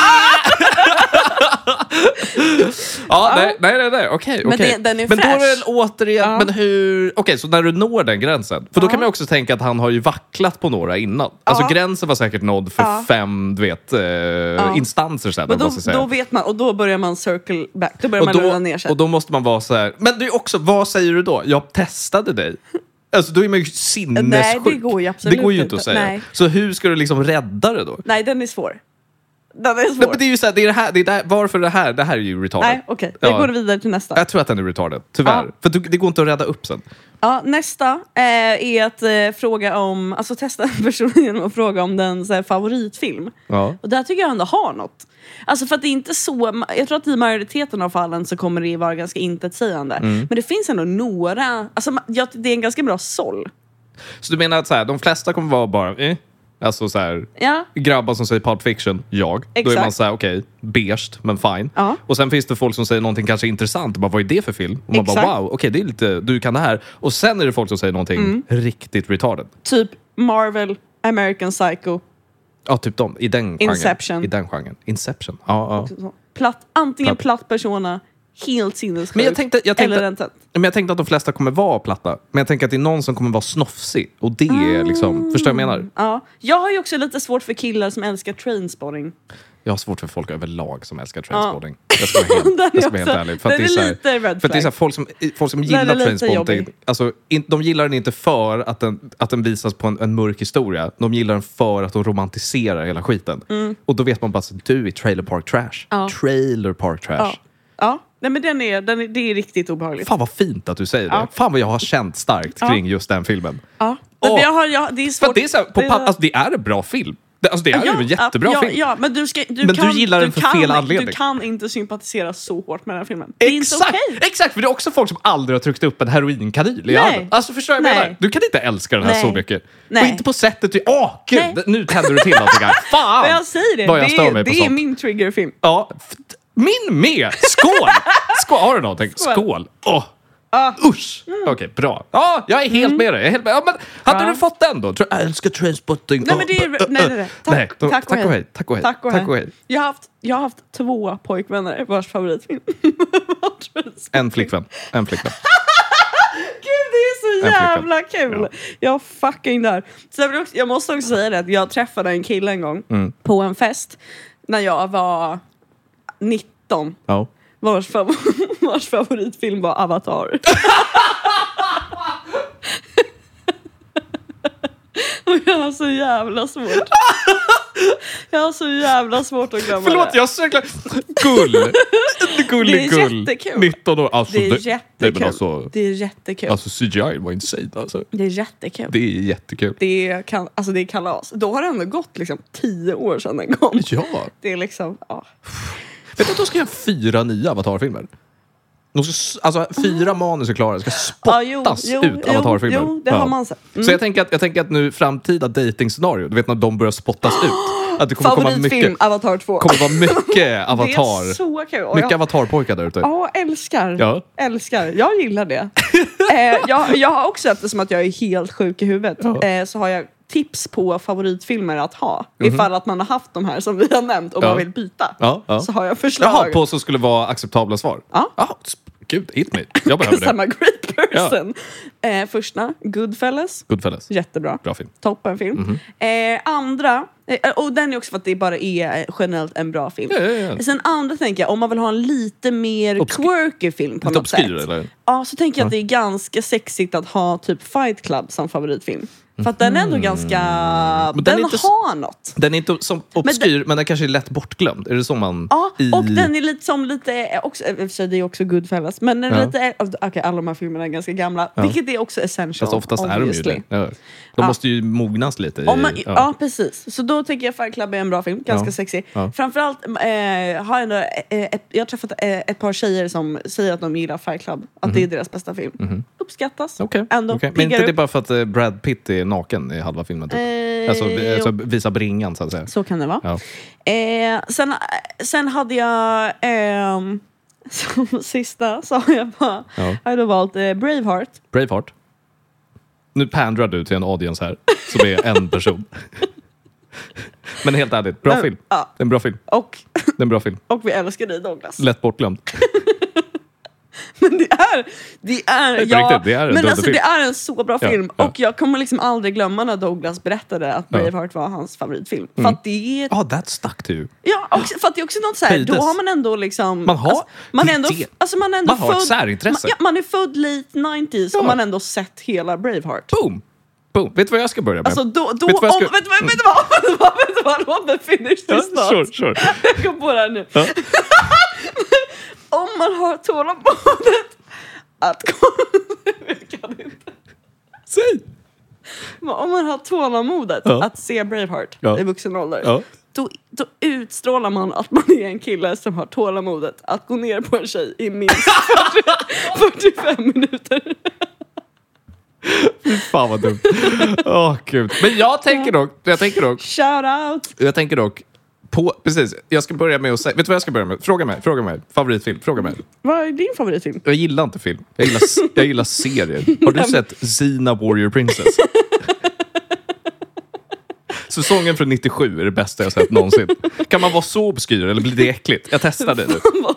Ja, nej, nej, nej, nej. okej, Men okej. det- den är Men då är fräsch. det återigen, Ja. men hur... Okej, så när du når den gränsen, för då Ja. kan man också tänka att han har ju vacklat på några innan. Alltså Ja. gränsen var säkert nådd för Ja. fem, du vet, eh, instanser sedan. Men då, måste jag säga. då vet man, och då börjar man circle back. Då börjar och, man rulla då, ner sig. och då måste man vara så här. Men det är också, vad säger du då? Jag testade dig. Alltså då är man ju sinnessjuk. Nej, det går ju absolut Det går ju inte att inte. säga. Nej. Så hur ska du liksom rädda det då? Nej, den är svår. Den är svår. Nej, men det är ju så här, det är det här, det är det här, varför det här? Det här är ju retarded. Nej, okej. Vi Ja. går vidare till nästa. Jag tror att den är retarded, tyvärr. Ja. För du- det går inte att rädda upp sen. Ja, nästa eh, är att eh, fråga om, alltså testa en person genom att fråga om den så här, favoritfilm. Ja. Och där tycker jag ändå har något. Alltså för att det är inte så, jag tror att i majoriteten av fallen så kommer det vara ganska intetsägande. Mm. Men det finns ändå några, alltså ma- ja, det är en ganska bra såll. Så du menar att så här, de flesta kommer vara bara... Eh? Alltså så här, Ja, grabbar som säger Pulp Fiction, jag. Då är Exakt. man så här, okej, beige, men fine. Ja. Och sen finns det folk som säger någonting kanske intressant. Och bara, vad är det för film? Och man bara, Exakt. wow, okej, det är lite, du kan det här. Och sen är det folk som säger någonting Mm. riktigt retarded. typ Marvel, American Psycho, Ja, typ de, i den genren. Inception. I den genren. Inception, ja, ja. så. platt, antingen Platt. platt persona, helt sinnessjuk, Men jag tänkte, jag tänkte, eller en tent. men jag tänkte att de flesta kommer vara platta. Men jag tänker att det är någon som kommer vara snofsig. Och det är liksom, förstår du vad jag menar? Ja. Jag har ju också lite svårt för killar som älskar trainspotting. Jag har svårt för folk överlag som älskar Trainspotting. Jag ska vara helt, Den är jag ska vara helt också- ärlig. För att den det är, är så här, lite red för att det är så här, flag. folk som, folk som Den gillar är lite Trainspotting, jobbig. alltså, in, de gillar den inte för att den, att den visas på en, en mörk historia. De gillar den för att de romantiserar hela skiten. Och då vet man bara att du är Trailer Park Trash. Ja. Trailer Park Trash. Ja, ja. Nej, men den är, den är, det är riktigt obehagligt. Fan vad fint att du säger det. Ja. Fan vad jag har känt starkt Ja. kring just den filmen. Ja. Åh. Men jag har, jag, det är För svårt. att det är så här, på det, papp, alltså, det är en bra film. Det, alltså, det är ju en jättebra ja, film. Ja, men du, ska, du, Men du kan, gillar den för kan, fel anledning. Du kan inte sympatisera så hårt med den här filmen. Det är inte Exakt, okej. exakt, för det är också folk som aldrig har tryckt upp en heroinkanyl i Nej. armen. Alltså förstår jag vad jag Nej. menar? Du kan inte älska den här Nej. så mycket. Nej. Och inte på sättet du... Åh, gud! Nej. Nu tänder du till någonting här. Fan! Men jag säger det, vad jag det, stör är, mig det på är sånt. min triggerfilm. Ja, f- min med! Skål! Skål, har du någonting? Skål. Skål! Åh! Ah. Usch! Okej, bra. Ja, jag är helt med dig. Jag är helt med. Ja, men hade Ja. du fått den då? Tror- Jag älskar Trainspotting. Nej, men det är, nej, nej, nej. Tack, Nej, då- tack, och tack och hej. Tack och hej. Tack och Tack och hej. hej. Jag har haft, jag har haft två pojkvänner vars favoritfilm. En flickvän. En flickvän. Gud, det är så En flickvän. jävla kul. Jag fucking där. Så jag, vill också, jag måste också säga det att jag träffade en kille en gång Mm. på en fest när jag var nitton. Ja. Vars, favor- vars favoritfilm var Avatar. Och jag har så jävla svårt. Jag har så jävla svårt att glömma Förlåt, det. jag söker... Gull! Gullig Det är gull. jättekul. nitton år. Alltså, Det är Nej, jättekul. men alltså, Det är jättekul. alltså C G I var insane. Alltså. Det är jättekul. Det är jättekul. Det, kan, alltså det är kalas. Då har det ändå gått liksom tio år sedan den kom. Ja. Det är liksom, ja. Vet du att de ska göra fyra nya Avatar-filmer? De ska, alltså fyra manus är klara, det ska spottas ah, jo, jo, ut Avatar-filmer. Jo, jo, det har man sett. Mm. Så jag tänker, att, jag tänker att nu framtida dejtingscenario, du vet när de börjar spottas ut. Att det kommer komma mycket, Avatar två. kommer vara mycket Avatar. Det är så kul. Mycket jag, Avatar-pojkar där ute. Ja, älskar. Ja. Älskar. Jag gillar det. eh, jag, jag har också, eftersom att jag är helt sjuk i huvudet, ja. eh, så har jag tips på favoritfilmer att ha. Mm-hmm. Ifall att man har haft de här som vi har nämnt och ja. man vill byta. Ja, ja. Så har jag förslag. Jaha, på som skulle vara acceptabla svar? Ja. Jaha, gud, hit me. Jag behöver det. Samma great person. Ja. Eh, första, Goodfellas. Goodfellas. Jättebra. Bra film. Toppen film. Mm-hmm. Eh, andra, eh, och den är också för att det bara är generellt en bra film. Ja, ja, ja. Sen andra tänker jag, om man vill ha en lite mer Obsky- quirky film på lite något obskyr, sätt. Eller? Ja, så tänker jag att det är ganska sexigt att ha typ Fight Club som favoritfilm. För att den är ändå ganska... Men den den är inte, har något. Den är inte som obskyr, men, den, men den kanske är lätt bortglömd. Är det så man... Ja, i... och den är lite som lite... Också, för det är också Goodfellas. Men den är ja. lite... Okej, okay, alla de här filmerna är ganska gamla. Ja. Vilket är också essential. Fast oftast obviously. Är de ju det. Ja. De ja. måste ju mognas lite. I, man, ja. ja, precis. Så då tycker jag Fight Club är en bra film. Ganska ja. sexig. Ja. Framförallt eh, har jag ändå... Eh, ett, jag har träffat eh, ett par tjejer som säger att de gillar Fight Club. Att mm-hmm. det är deras bästa film. Mm-hmm. Uppskattas. Okay. Ändå. Okay. Men inte det bara för att eh, Brad Pitt är naken i halva filmen typ. Eh, alltså, alltså visa bringan så att säga. Så kan det vara. Ja. Eh, sen, sen hade jag eh, som sista så har jag bara ja. jag hade valt eh, Braveheart. Braveheart. Nu pandrar du till en audience här som är en person. Men helt ärligt, bra Men, film. Ja. Det är en bra film. Och, det är en bra film. Och vi älskar dig, Douglas. Lätt bortglömd. Men det är det är, det ja, det är en men alltså, det är en så bra film ja, ja. och jag kommer liksom aldrig glömma när Douglas berättade att Braveheart ja. var hans favoritfilm. Mm. För att det är... oh, that stuck to you. Ja, också, för att det är också något så här, då har man ändå liksom man har alltså, man är ändå alltså man är ändå man har född, ett särintresse. Man, ja, man är född late nineties ja. och man ändå sett hela Braveheart. Boom. Boom. Vet du vad jag ska börja med? Alltså då, då vet du vad jag ska... om, vet du vad, vet du vad, vet du vad, vet du vad, låt mig finish this ja, sure, sure. Jag kom på det här nu. Ja. Om man har tålamodet att jag kan inte. Säg! Om man har tålamodet ja. att se Braveheart ja. i vuxen ålder ja. då, då utstrålar man att man är en kille som har tålamodet att gå ner på en tjej i minst fyrtio, fyrtiofem minuter. Fy fan vad dumt. Åh oh, gud. Men jag tänker dock, jag tänker dock shout out. Jag tänker dock på, precis, jag ska börja med att säga, vet du vad jag ska börja med? Fråga mig, fråga mig. Favoritfilm, fråga mig. Vad är din favoritfilm? Jag gillar inte film. Jag gillar, jag gillar serier. Har du sett Xena Warrior Princess? Säsongen från nittiosju är det bästa jag sett någonsin. Kan man vara så obskyr eller blir det äckligt? Jag testar det nu.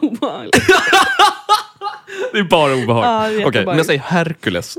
Det är bara obehag. Ah, Okej, okay, men jag säger Hercules.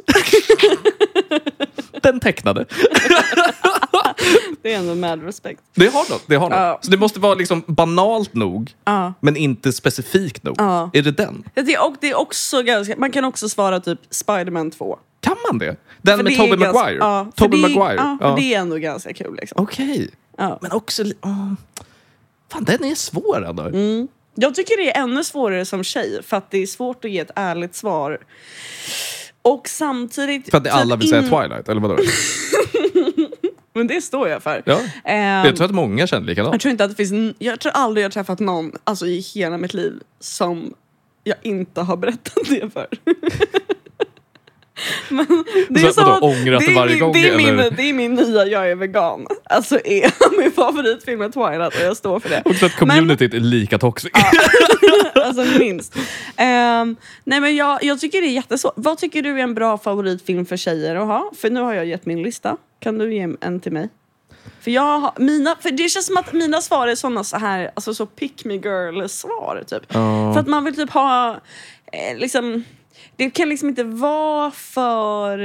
Den tecknade. Det är ändå mad respect. Det har något, det har något. Uh. Så det måste vara liksom banalt nog, uh. men inte specifikt nog. Uh. Är det den? Det är, och det är också ganska, man kan också svara typ Spider-Man två. Kan man det? Den för med Tobey Maguire? Ja, Tobey det, Maguire? Ja, för ja. det är ändå ganska kul liksom. Okej. Okay. Ja. Men också... Oh. Fan, den är svår ändå. Mm. Jag tycker det är ännu svårare som tjej, för att det är svårt att ge ett ärligt svar. Och samtidigt... För att alla vill in... säga Twilight, eller vadå? Men det står jag för. Ja. Um, jag tror att många känner likadant. Jag tror inte att det finns... Jag tror aldrig jag har träffat någon alltså, i hela mitt liv som jag inte har berättat det för. Men det är så, så att ångrat det varje gång? Det är, min, eller? det är min nya jag är vegan. Alltså är min favoritfilm är Twilight och jag står för det. Och så att communityt men, är lika toxic. Ja, alltså minst. Um, nej men jag, jag tycker det är jättesvårt. Vad tycker du är en bra favoritfilm för tjejer att ha? För nu har jag gett min lista. Kan du ge en till mig? För jag har, mina, för det känns som att mina svar är såna så här, alltså så pick me girl svar typ. Uh. För att man vill typ ha eh, liksom, det kan liksom inte vara för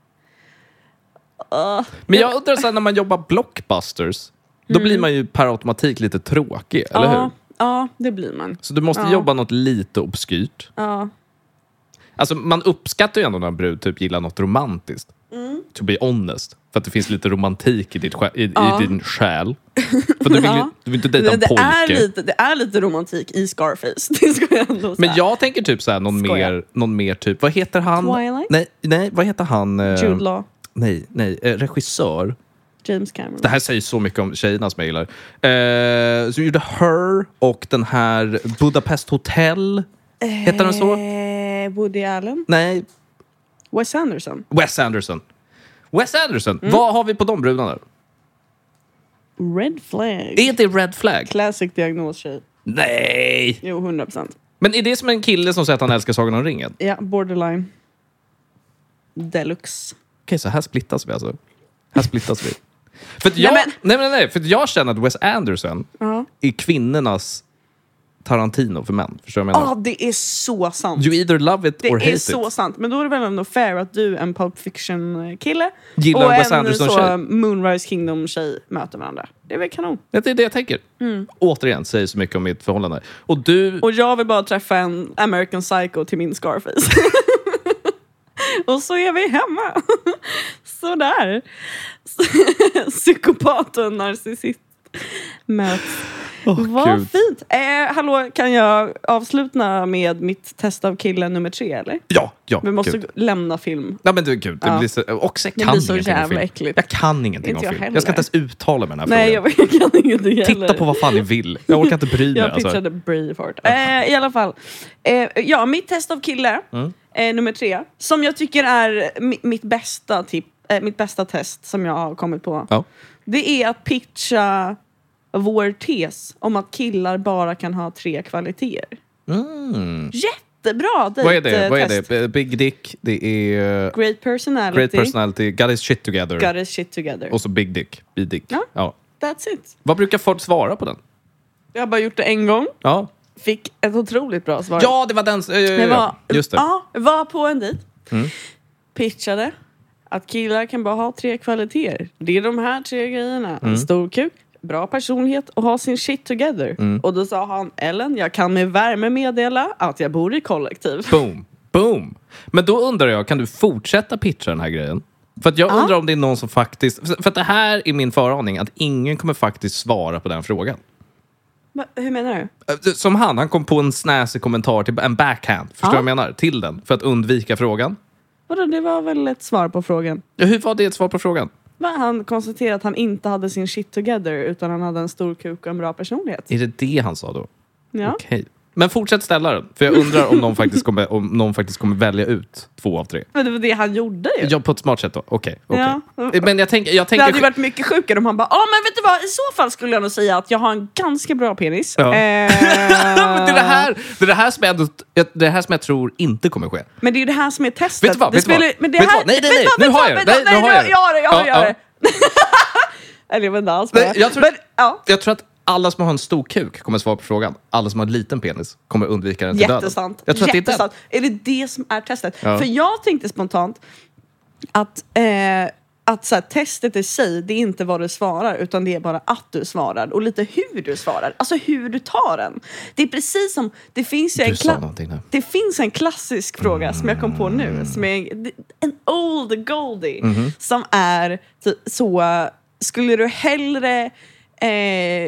uh, men jag undrar så här, när man jobbar blockbusters då mm. blir man ju per automatik lite tråkig, eller uh, hur? Ja, det blir man. Så du måste uh. jobba något lite obskyrt. Ja. Uh. Alltså man uppskattar ju ändå när en brud typ gillar något romantiskt. Mm. To be honest. För att det finns lite romantik i, ditt, i, ja. i din själ. För du vill, ja. du vill inte dejta en det pojke. Är lite, det är lite romantik i Scarface. Det ska jag ändå säga. Men jag tänker typ såhär, någon mer, någon mer typ, vad heter han? Twilight? Nej, nej vad heter han? Jude Law. Nej, nej, eh, regissör. James Cameron. Det här säger så mycket om tjejerna som jag gillar. Eh, så gjorde Her och den här Budapest Hotel. Heter den så? Eh, Woody Allen? Nej. Wes Anderson? Wes Anderson. Wes Anderson. Mm. Vad har vi på de brudarna? Red Flag. Är det Red Flag? Classic diagnostjej. Nej! Jo, hundra procent. Men är det som en kille som säger att han älskar Sagan om ringen? Ja, borderline. Deluxe. Okej, så här splittas vi alltså. Här splittas vi. För att jag, nej, men, nej, nej, nej, för att jag känner att Wes Anderson uh-huh. är kvinnornas Tarantino för män. Förstår du vad jag menar? Ja, oh, det är så sant. You either love it det or hate it. Det är så sant. Men då är det väl ändå fair att du, en Pulp Fiction-kille gillar och Wes en Anderson så tjej. Moonrise Kingdom-tjej möter varandra. Det är väl kanon. Det är det jag tänker. Mm. Återigen, säger så mycket om mitt förhållande. Och du... Och jag vill bara träffa en American Psycho till min Scarface. Och så är vi hemma. Sådär. Psykopat och narcissist möts. Oh, vad Gud. Fint. Eh, hallå, kan jag avsluta med mitt test av killen nummer tre, eller? Ja, ja. Vi måste Gud. lämna film. Nej, men du, Gud. Det ja. blir så, också jag det kan blir så ingenting om film. Äckligt. Jag kan ingenting inte om film. Jag, jag ska inte ens uttala mig den här Nej, frågan. Nej, jag kan ingenting heller. Titta på vad fan ni vill. Jag orkar inte bry mig. Jag pitchade alltså. Braveheart. Eh, I alla fall. Eh, ja, mitt test av kille, mm. eh, nummer tre. Som jag tycker är mi- mitt bästa tip, eh, mitt bästa test som jag har kommit på. Ja. Det är att pitcha vår tes om att killar bara kan ha tre kvaliteter. Mm. Jättebra dejt. Vad är det? Vad är det? Big dick, det är... Great personality. Great personality, got his shit together. Got his shit together. Och så big dick, big dick. Ja, ja. That's it. Vad brukar folk svara på den? Jag har bara gjort det en gång. Ja. Fick ett otroligt bra svar. Ja, det var den. Ja, ja, ja. Var, just det. Ja, var på en dejt. Mm. Pitchade att killar kan bara ha tre kvaliteter. Det är de här tre grejerna. Mm. En stor kuk, bra personlighet och ha sin shit together. Mm. Och då sa han, Ellen, jag kan med värme meddela att jag bor i kollektiv. Boom, boom. Men då undrar jag, kan du fortsätta pitcha den här grejen? För att jag ah. undrar om det är någon som faktiskt... För att det här är min föraning, att ingen kommer faktiskt svara på den frågan. Va, hur menar du? Som han, han kom på en snäsig kommentar till en backhand. Förstår du ah. vad jag menar? Till den, för att undvika frågan. Vadå, det var väl ett svar på frågan? Ja, hur var det ett svar på frågan? Han konstaterade att han inte hade sin shit together, utan han hade en stor kuk och en bra personlighet. Är det det han sa då? Ja. Okej. Okay. Men fortsätt ställa den. För jag undrar om någon faktiskt kommer, om någon faktiskt kommer välja ut två av tre. Men det var det han gjorde ju. Ja, på ett smart sätt då. Okej. Okay, okay. Ja. Men jag tänker... Jag tänker det hade ju varit mycket sjukare om han bara, ja ah, men vet du vad, i så fall skulle jag nog säga att jag har en ganska bra penis. Ja. Eh... men det, är det, här, det, är det, här som jag, det här som jag tror inte kommer ske. Men det är ju det här som är testet. Vet du vad? Det vet spelar, vad? Men det vet här, vad? Nej, nej, nej. Nu har jag det. Nej, nu har jag det. Jag har det, jag har det. Jag har det. Ja. Eller jag vet inte alls. Nej, jag, tror, men, ja. jag tror att alla som har en stor kuk kommer svara på frågan. Alla som har en liten penis kommer undvika den till döden. Jättesant. Jag tror Jättesant. Att det är, är det det som är testet? Ja. För jag tänkte spontant att, eh, att så här, testet i sig, det är inte vad du svarar, utan det är bara att du svarar. Och lite hur du svarar. Alltså hur du tar den. Det är precis som... Det finns ju en, kla- det finns en klassisk fråga mm. som jag kom på nu. Som är en old goldie. Mm-hmm. Som är så... Skulle du hellre... Eh,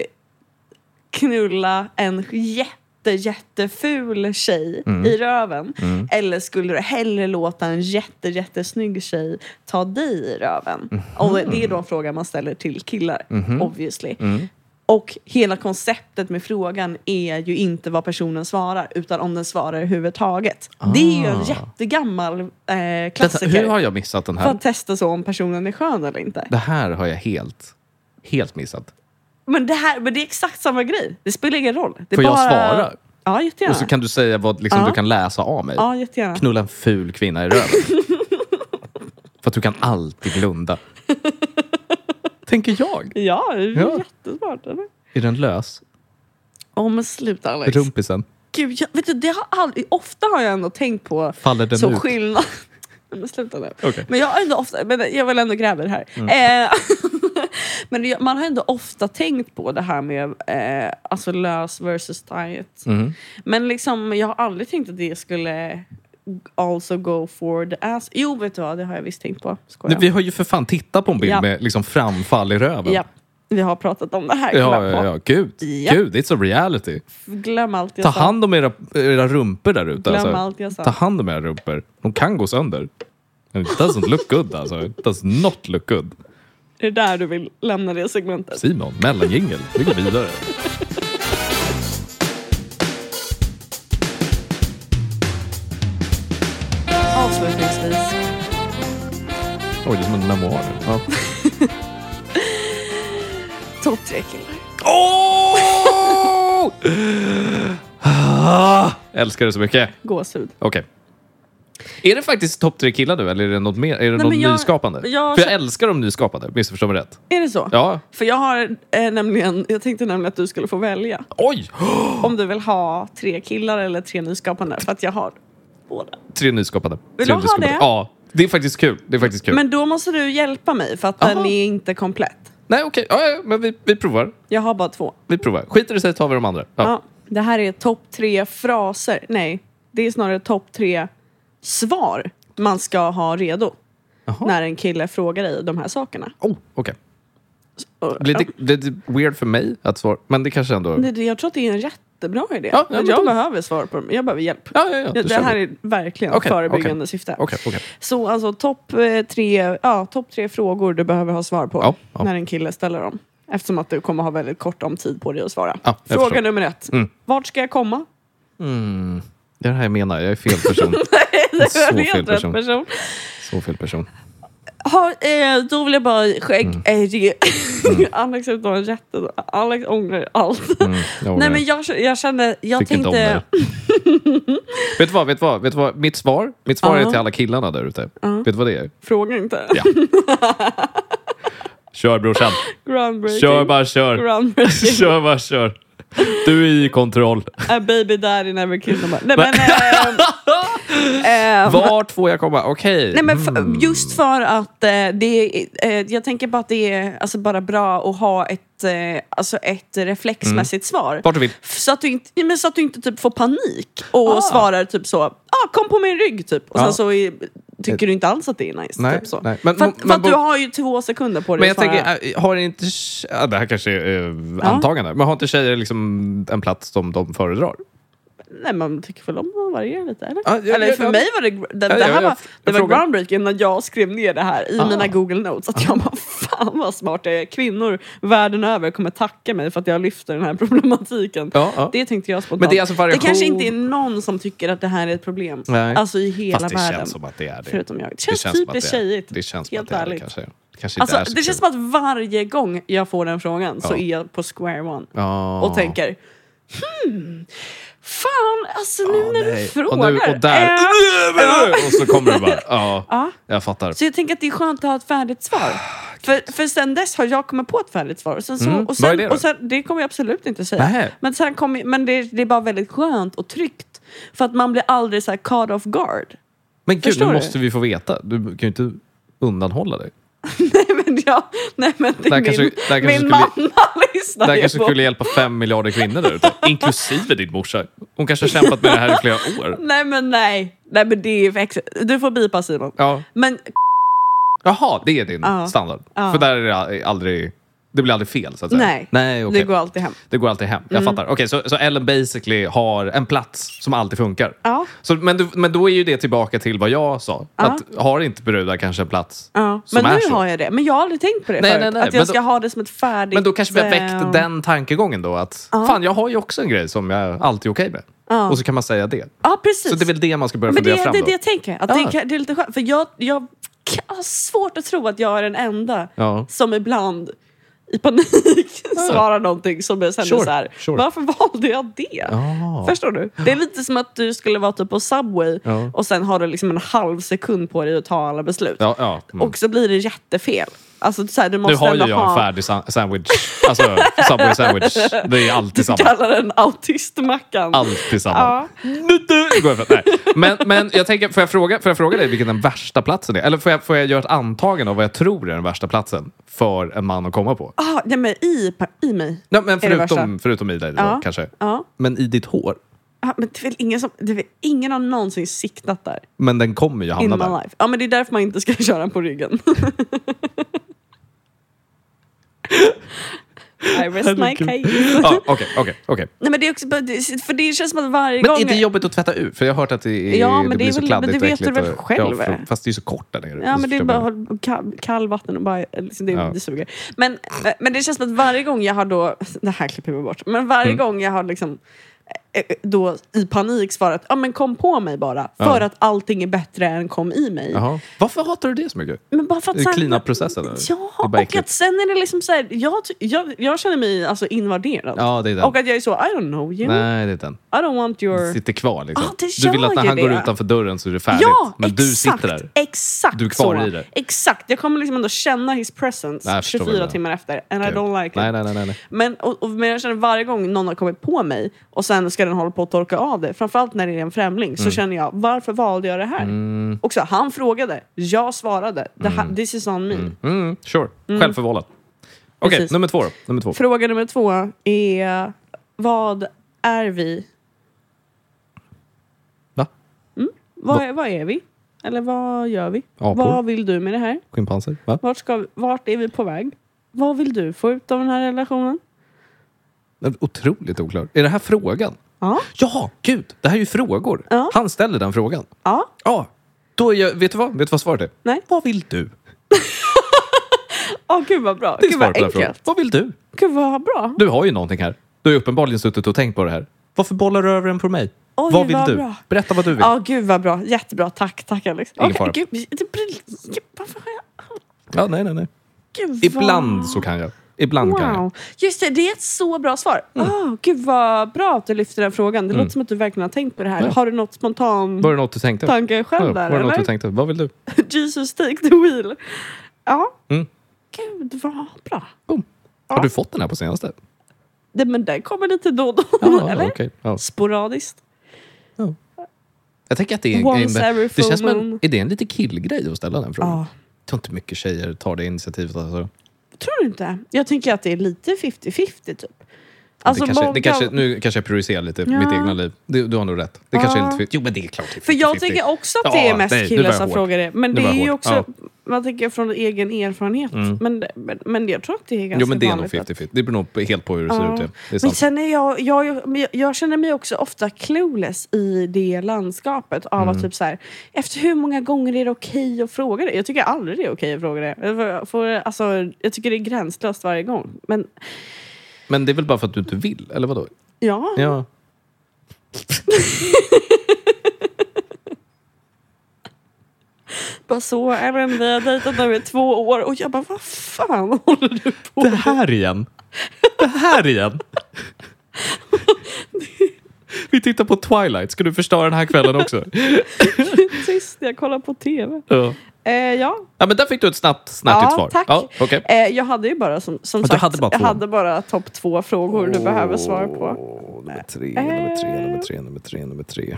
knulla en jätte, jätteful tjej mm. i röven mm. eller skulle du hellre låta en jätte, jättesnygg tjej ta dig i röven? Mm. Och det är då en fråga man ställer till killar, mm. obviously. Mm. Och hela konceptet med frågan är ju inte vad personen svarar, utan om den svarar överhuvudtaget. Ah. Det är ju en jättegammal eh, klassiker. Detta, hur har jag missat den här? För att testa så om personen är skön eller inte. Det här har jag helt, helt missat. Men det, här, men det är exakt samma grej. Det spelar ingen roll. Det är Får bara... jag svara? Ja, jättegärna. Och så kan du säga vad liksom, ja. du kan läsa av mig. Ja, jättegärna. Knulla en ful kvinna i röven. För att du kan alltid blunda. Tänker jag. Ja, det är ja. jättesmart. Eller? Är den lös? Åh, oh, men sluta Alex. Rumpisen. Gud, jag, vet du, det har aldrig... Ofta har jag ändå tänkt på... Faller den så ut? Skillnad. Men sluta nu. Okay. Men jag har ändå ofta... Men jag vill ändå gräva det här. Mm. Eh, men man har ändå ofta tänkt på det här med eh, alltså lös versus tight. Mm. Men liksom, jag har aldrig tänkt att det skulle also go for the ass. Jo, vet du vad? Det har jag visst tänkt på. Skojar. Vi har ju för fan tittat på en bild ja. med liksom framfall i röven. Ja. Vi har pratat om det här. Ja, ja, ja. Gud. Ja. Gud, it's a reality. Glöm allt jag Ta sa. hand om era, era rumpor där ute. Glöm alltså. allt jag sa. Ta hand om era rumpor. De kan gå sönder. It doesn't look good alltså. It does not look good. Är det där du vill lämna det segmentet? Simon, mellangingel. Vi går vidare. avslutningsvis. Oj, det är som en memoar. Ja. Topp tre killar. Oh! ah, älskar det så mycket. Gåshud. Okej. Okay. Är det faktiskt topp tre killar du, eller är det något mer? Är det Nej, något jag, nyskapande? Jag, För jag älskar de nyskapande, missförstå mig rätt. Är det så? Ja. För jag har eh, nämligen, jag tänkte nämligen att du skulle få välja. Oj! Om du vill ha tre killar eller tre nyskapande. För att jag har båda. Tre nyskapande. Vill tre du ha nyskapande. det? Ja, det är faktiskt kul. Det är faktiskt kul. Men då måste du hjälpa mig för att Aha. den är inte komplett. Nej, okej. Okay. Ja, ja, men vi, vi provar. Jag har bara två. Vi provar. Skiter det sig tar vi de andra. Ja. Ja, det här är topp tre fraser. Nej, det är snarare topp tre svar man ska ha redo. Aha. När en kille frågar dig de här sakerna. Oh, okej. Okay. Blir det, blir det weird för mig att svara? Men det kanske ändå... Det, jag tror att det är en jättebra idé. Ja, ja, jag då... behöver svar på dem. Jag behöver hjälp. Ja, ja, ja, det, det här är verkligen okay, förebyggande okay. syfte. Okay, okay. Så alltså topp tre, ja, topp tre frågor du behöver ha svar på ja, ja. när en kille ställer dem. Eftersom att du kommer ha väldigt kort om tid på dig att svara. Ja, Fråga förstår. nummer ett. Mm. Vart ska jag komma? Mm. Det är det här jag menar. Jag är fel person. Nej, det är så helt fel person. person. Så fel person. Ha, eh, då vill jag bara skägg mm. äh, ge. Mm. Alex utan jätte. Alex ångrar allt. Mm, jag Nej men jag, jag kände, jag Fick tänkte... vet du vad, vet du vad, vet du vad? Mitt svar, mitt svar uh-huh. är till alla killarna där ute. Uh-huh. Vet du vad det är? Fråga inte. Ja. Kör brorsan. Groundbreaking. Kör bara kör. Groundbreaking. Kör bara kör. Du är i kontroll. A baby daddy never killed nobody. Nej men... äh, äh, Vart får jag komma? Okej. Okay. Nej men för, just för att äh, det äh, jag tänker bara att det är alltså, bara bra att ha ett, äh, alltså, ett reflexmässigt mm. svar. Vart du vill. Så att du inte, men så att du inte typ får panik och ah. svarar typ så, ah, kom på min rygg typ. Och ah. sen så är, tycker du inte alls att det är nice. Nej, typ så. Nej. Men, för, men, för att men, du har ju två sekunder på dig men att jag svara. tänker, har inte, ja, det här kanske är äh, ja. antagande, men har inte tjejer liksom en plats som de föredrar? Nej, man tycker väl om att variera lite, eller? Ah, ja, eller ja, för ja. mig var det, det, det ja, ja, här ja, var, det var frågar. groundbreaking när jag skrev ner det här i ah. mina Google Notes. Att ah. jag bara, fan vad smart jag är. Kvinnor världen över kommer tacka mig för att jag lyfter den här problematiken. Ja, ja. Det tänkte jag spontant. Men det, är alltså variation... det kanske inte är någon som tycker att det här är ett problem. Nej. Alltså i hela Fast det världen. Känns som att det är det. Förutom jag. Det känns, det känns typiskt tjejigt. Det känns helt som att det ärligt. är det, kanske. Kanske Alltså, är så det kul. känns som att varje gång jag får den frågan ja. så är jag på square one. Ja. Och tänker, hmm... Fan, alltså nu oh, när du frågar. Och, nu, och där. Äh, och så kommer det bara. Ja, ja, jag fattar. Så jag tänker att det är skönt att ha ett färdigt svar. För, för sen dess har jag kommit på ett färdigt svar. Sen så, mm. och sen, Vad är det då? och sen, det kommer jag absolut inte säga. Nähe. Men, sen kom, men det, det är bara väldigt skönt och tryggt. För att man blir aldrig så här caught off guard. Men gud, Förstår nu du? måste vi få veta. Du kan ju inte undanhålla dig. nej men jag, nej men det är min, kanske, kanske min skulle, mamma lyssnar där ju kanske på. skulle hjälpa fem miljarder kvinnor där ute. Inklusive din morsa. Hon kanske har kämpat med det här i flera år. Nej men nej. Nej men det är för ex- du får bipa Simon. Ja. Men jaha, det är din ja. standard. Ja. För där är det aldrig... Det blir aldrig fel, så att säga. Nej, Nej okay. det går alltid hem. Det går alltid hem, jag Mm. fattar. Okej, okay, så, så Ellen basically har en plats som alltid funkar. Ja. Så, men, du, men då är ju det tillbaka till vad jag sa. Ja. Att har inte brudar kanske en plats ja. som men är nu så? har jag det. Men jag har aldrig tänkt på det nej, förut. nej, nej. Att jag Men ska då, ha det som ett färdigt... men då kanske vi har väckt äh... den tankegången då. Att ja. fan, jag har ju också en grej som jag alltid är okej med. Ja. Och så kan man säga det. Ja, precis. Så det är väl det man ska börja men fundera det, fram det, då. det jag tänker. Att ja. det, det är lite skönt. För jag, jag har svårt att tro att jag är den enda ja. som ibland i panik ja. svarar någonting som jag känner sure. så här. Sure. Varför valde jag det? Ja. Förstår du? Det är lite som att du skulle vara typ på Subway ja. och sen har du liksom en halv sekund på dig att ta alla beslut. Ja, ja. Mm. Och så blir det jättefel. Alltså, så här, du måste nu har ändå ju jag ha... en färdig sa- sandwich. Alltså, Subway sandwich. Det är alltid samma. Du kallar den autistmackan. Alltid samma. Ja. Nej. Men, men jag tänker, får jag, fråga, får jag fråga dig vilken den värsta platsen är? Eller får jag, får jag göra ett antagande av vad jag tror är den värsta platsen för en man att komma på? Ah, nej, men i, i mig. Nej, men förutom, förutom i dig då, ja. kanske. Ja. Men i ditt hår. Ah, men det är väl ingen som, det är väl ingen har någonsin siktat där. Men den kommer ju hamna in my där. Life. Ja, men det är därför man inte ska köra på ryggen. I rest my case. Ja, okej, okej, okej. Nej, men det är också, för det känns som att varje men gång... Men är det jobbigt att tvätta ut? För jag har hört att det, är, ja, men det, det blir är så väl, kladdigt men det vet du väl och, själv? Ja, för, fast det är så kort där nere. Ja, men det är bara bara kall, kallvatten och bara... Liksom det, ja. det suger. Men, men det känns som att varje gång jag har då... Det här klipper vi bort. Men varje mm. gång jag har liksom... då i panik svarat, ja men kom på mig bara. För Ja. att allting är bättre än kom i mig. Jaha. Varför hatar du det så mycket? Men bara för att Det är sen, cleana processen, eller? Ja, Det är bara och äckligt. att sen är det liksom så här, jag, jag, jag känner mig alltså invaderad. Ja, det är den. Och att jag är så, I don't know you. Nej, det är den. I don't want your... Sitter kvar liksom. Ja, det du vill att när gör han ju går det. utanför dörren så är det färdigt. Ja, Men exakt, du sitter där. Exakt Du är kvar så. i det. Exakt, jag kommer liksom ändå känna his presence Nej, jag förstår tjugofyra det. timmar efter. And I Okej. don't like Nej, it. nej, nej, nej, nej. Men, och, och, men jag känner varje gång någon har kommit på mig och sen ska den hålla på att torka av det. Framförallt när det är en främling. Så känner jag, varför valde jag det här? Mm. Och så, han frågade, jag svarade. Det här, This is on me. Mm, sure. Självförvållat. Okej, Precis. nummer två då. Nummer två. Fråga nummer två är, vad är vi? Va? Vad, är- vad är vi? Eller vad gör vi? Apor. Vad vill du med det här? Schimpanser? Va? Vart, ska vi, vart är vi på väg? Vad vill du få ut av den här relationen? Det är otroligt oklart. Är det här frågan? Ja. Ja, gud. Det här är ju frågor. Ja. Han ställer den frågan. Ja. Ja. Då är jag, vet du vad? Vet du vad svaret är? Nej. Vad vill du? Åh, gud vad bra. Det är Gud svaret vad på den frågan. enkelt. Vad vill du? Gud vad bra. Du har ju någonting här. Du har ju uppenbarligen suttit och tänkt på det här. Varför bollar du över den på mig? Oj, vad vill vad du? bra. Berätta vad du vill. Ja, gud vad bra. Jättebra. Tack, tack Alex. Ingen Okej, fara. gud, det blir- gud, varför har jag... Ja, nej, nej, nej. Gud, Ibland vad... så kan jag. Ibland kan jag. Wow. Just det, det är ett så bra svar. Mm. Oh, gud vad bra att du lyfter den frågan. Det låter som att du verkligen har tänkt på det här. Ja. Har du något spontan Var det något du tänkte? tanke själv Ja, där? var det något eller? du tänkte? Vad vill du? Jesus take the wheel. Ja. Mm. Gud vad bra. Boom. Ja. Har du fått den här på senaste? Det, men den kommer lite då och då. Ja, eller? okej. Ja. Sporadiskt. Ja. Jag tänker att det är en, Once en, every det full känns som en, moon. är det en lite killgrej att ställa den frågan? Ja. Jag tror inte mycket tjejer tar det initiativet. Alltså. Tror du inte? Jag tänker att det är lite femtio femtio typ. Alltså, det kanske, många- det kanske, nu kanske jag prioriserar lite Ja. mitt egna liv. Du, du har nog rätt. Det kanske Ja. är lite fel. Jo, men det är klart. Det är För jag fifty fifty. tycker också att det Ja, är mest nej, nu var killar jag som hård. frågar det. Men Nu det var jag är ju hård. också, Ja. man tänker från egen erfarenhet. Mm. Men, men, men jag tror att det är ganska Jo, men det är nog vanligt. fifty fifty. Det beror nog på- helt på hur det ser Ja. ut. Ja. Det är Men sant. sen är jag, jag, men jag, jag känner mig också ofta clueless i det landskapet av Mm. att typ så här, efter hur många gånger är det okej att fråga det? Jag tycker aldrig det är okej att fråga det. Jag, får, får, alltså, jag tycker det är gränslöst varje gång. Men Men det är väl bara för att du inte vill, eller vadå? ja, Ja. bara så. Även vi har dejtat nu i två år och jag bara, vad fan håller du på Det med? här igen. Det här igen. Vi tittar på Twilight. Ska du förstöra den här kvällen också? Tyst, jag kollar på tv. Ja. Eh, ja, Ja, men där fick du ett snabbt, snabbt Ja, svar. tack. Ja, okej. eh, jag hade ju bara som, som du sagt, hade bara jag två. hade bara topp två frågor du behöver svar på. Åh, nummer tre, nummer tre, nummer tre, nummer tre, nummer tre.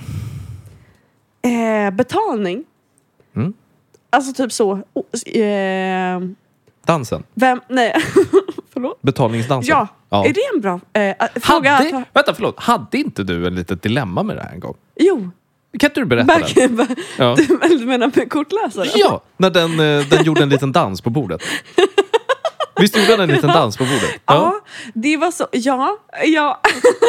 Eh, betalning. Mm. Alltså typ så. Oh, eh, Dansen. vem, nej, förlåt. Betalningsdansen. Ja, Ja. är det en bra eh, fråga? Hade, Att, vänta, förlåt. Hade inte du en litet dilemma med det här en gång? jo, Kan inte du berätta back, den? Ja. du menar med kortläsaren? Ja, när den, eh, den gjorde en liten dans på bordet. Visst gjorde den en liten dans på bordet? Ja, det var så. Ja, ja.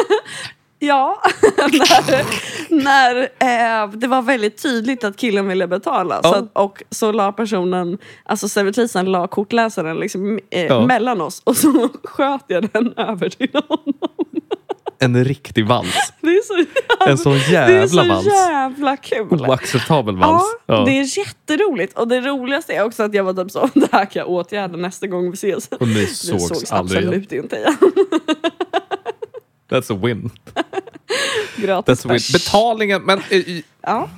Ja, när, när eh, det var väldigt tydligt att killen ville betala. Ja. Så att, och så la personen, alltså servitrisen la kortläsaren liksom, eh, Ja. mellan oss. Och så sköt jag den över till honom. En riktig vals. Det är så jävla, En sån det är jävla så vals. jävla kul. Oacceptabel vals. Ja, Ja. det är jätteroligt. Och det roligaste är också att jag var typ så, det här kan jag åtgärda nästa gång vi ses. Och ni Vi sågs, sågs aldrig igen. absolut inte igen. That's a win. Gratis That's a win. bärs. Betalningen, men... eh, i- Ja.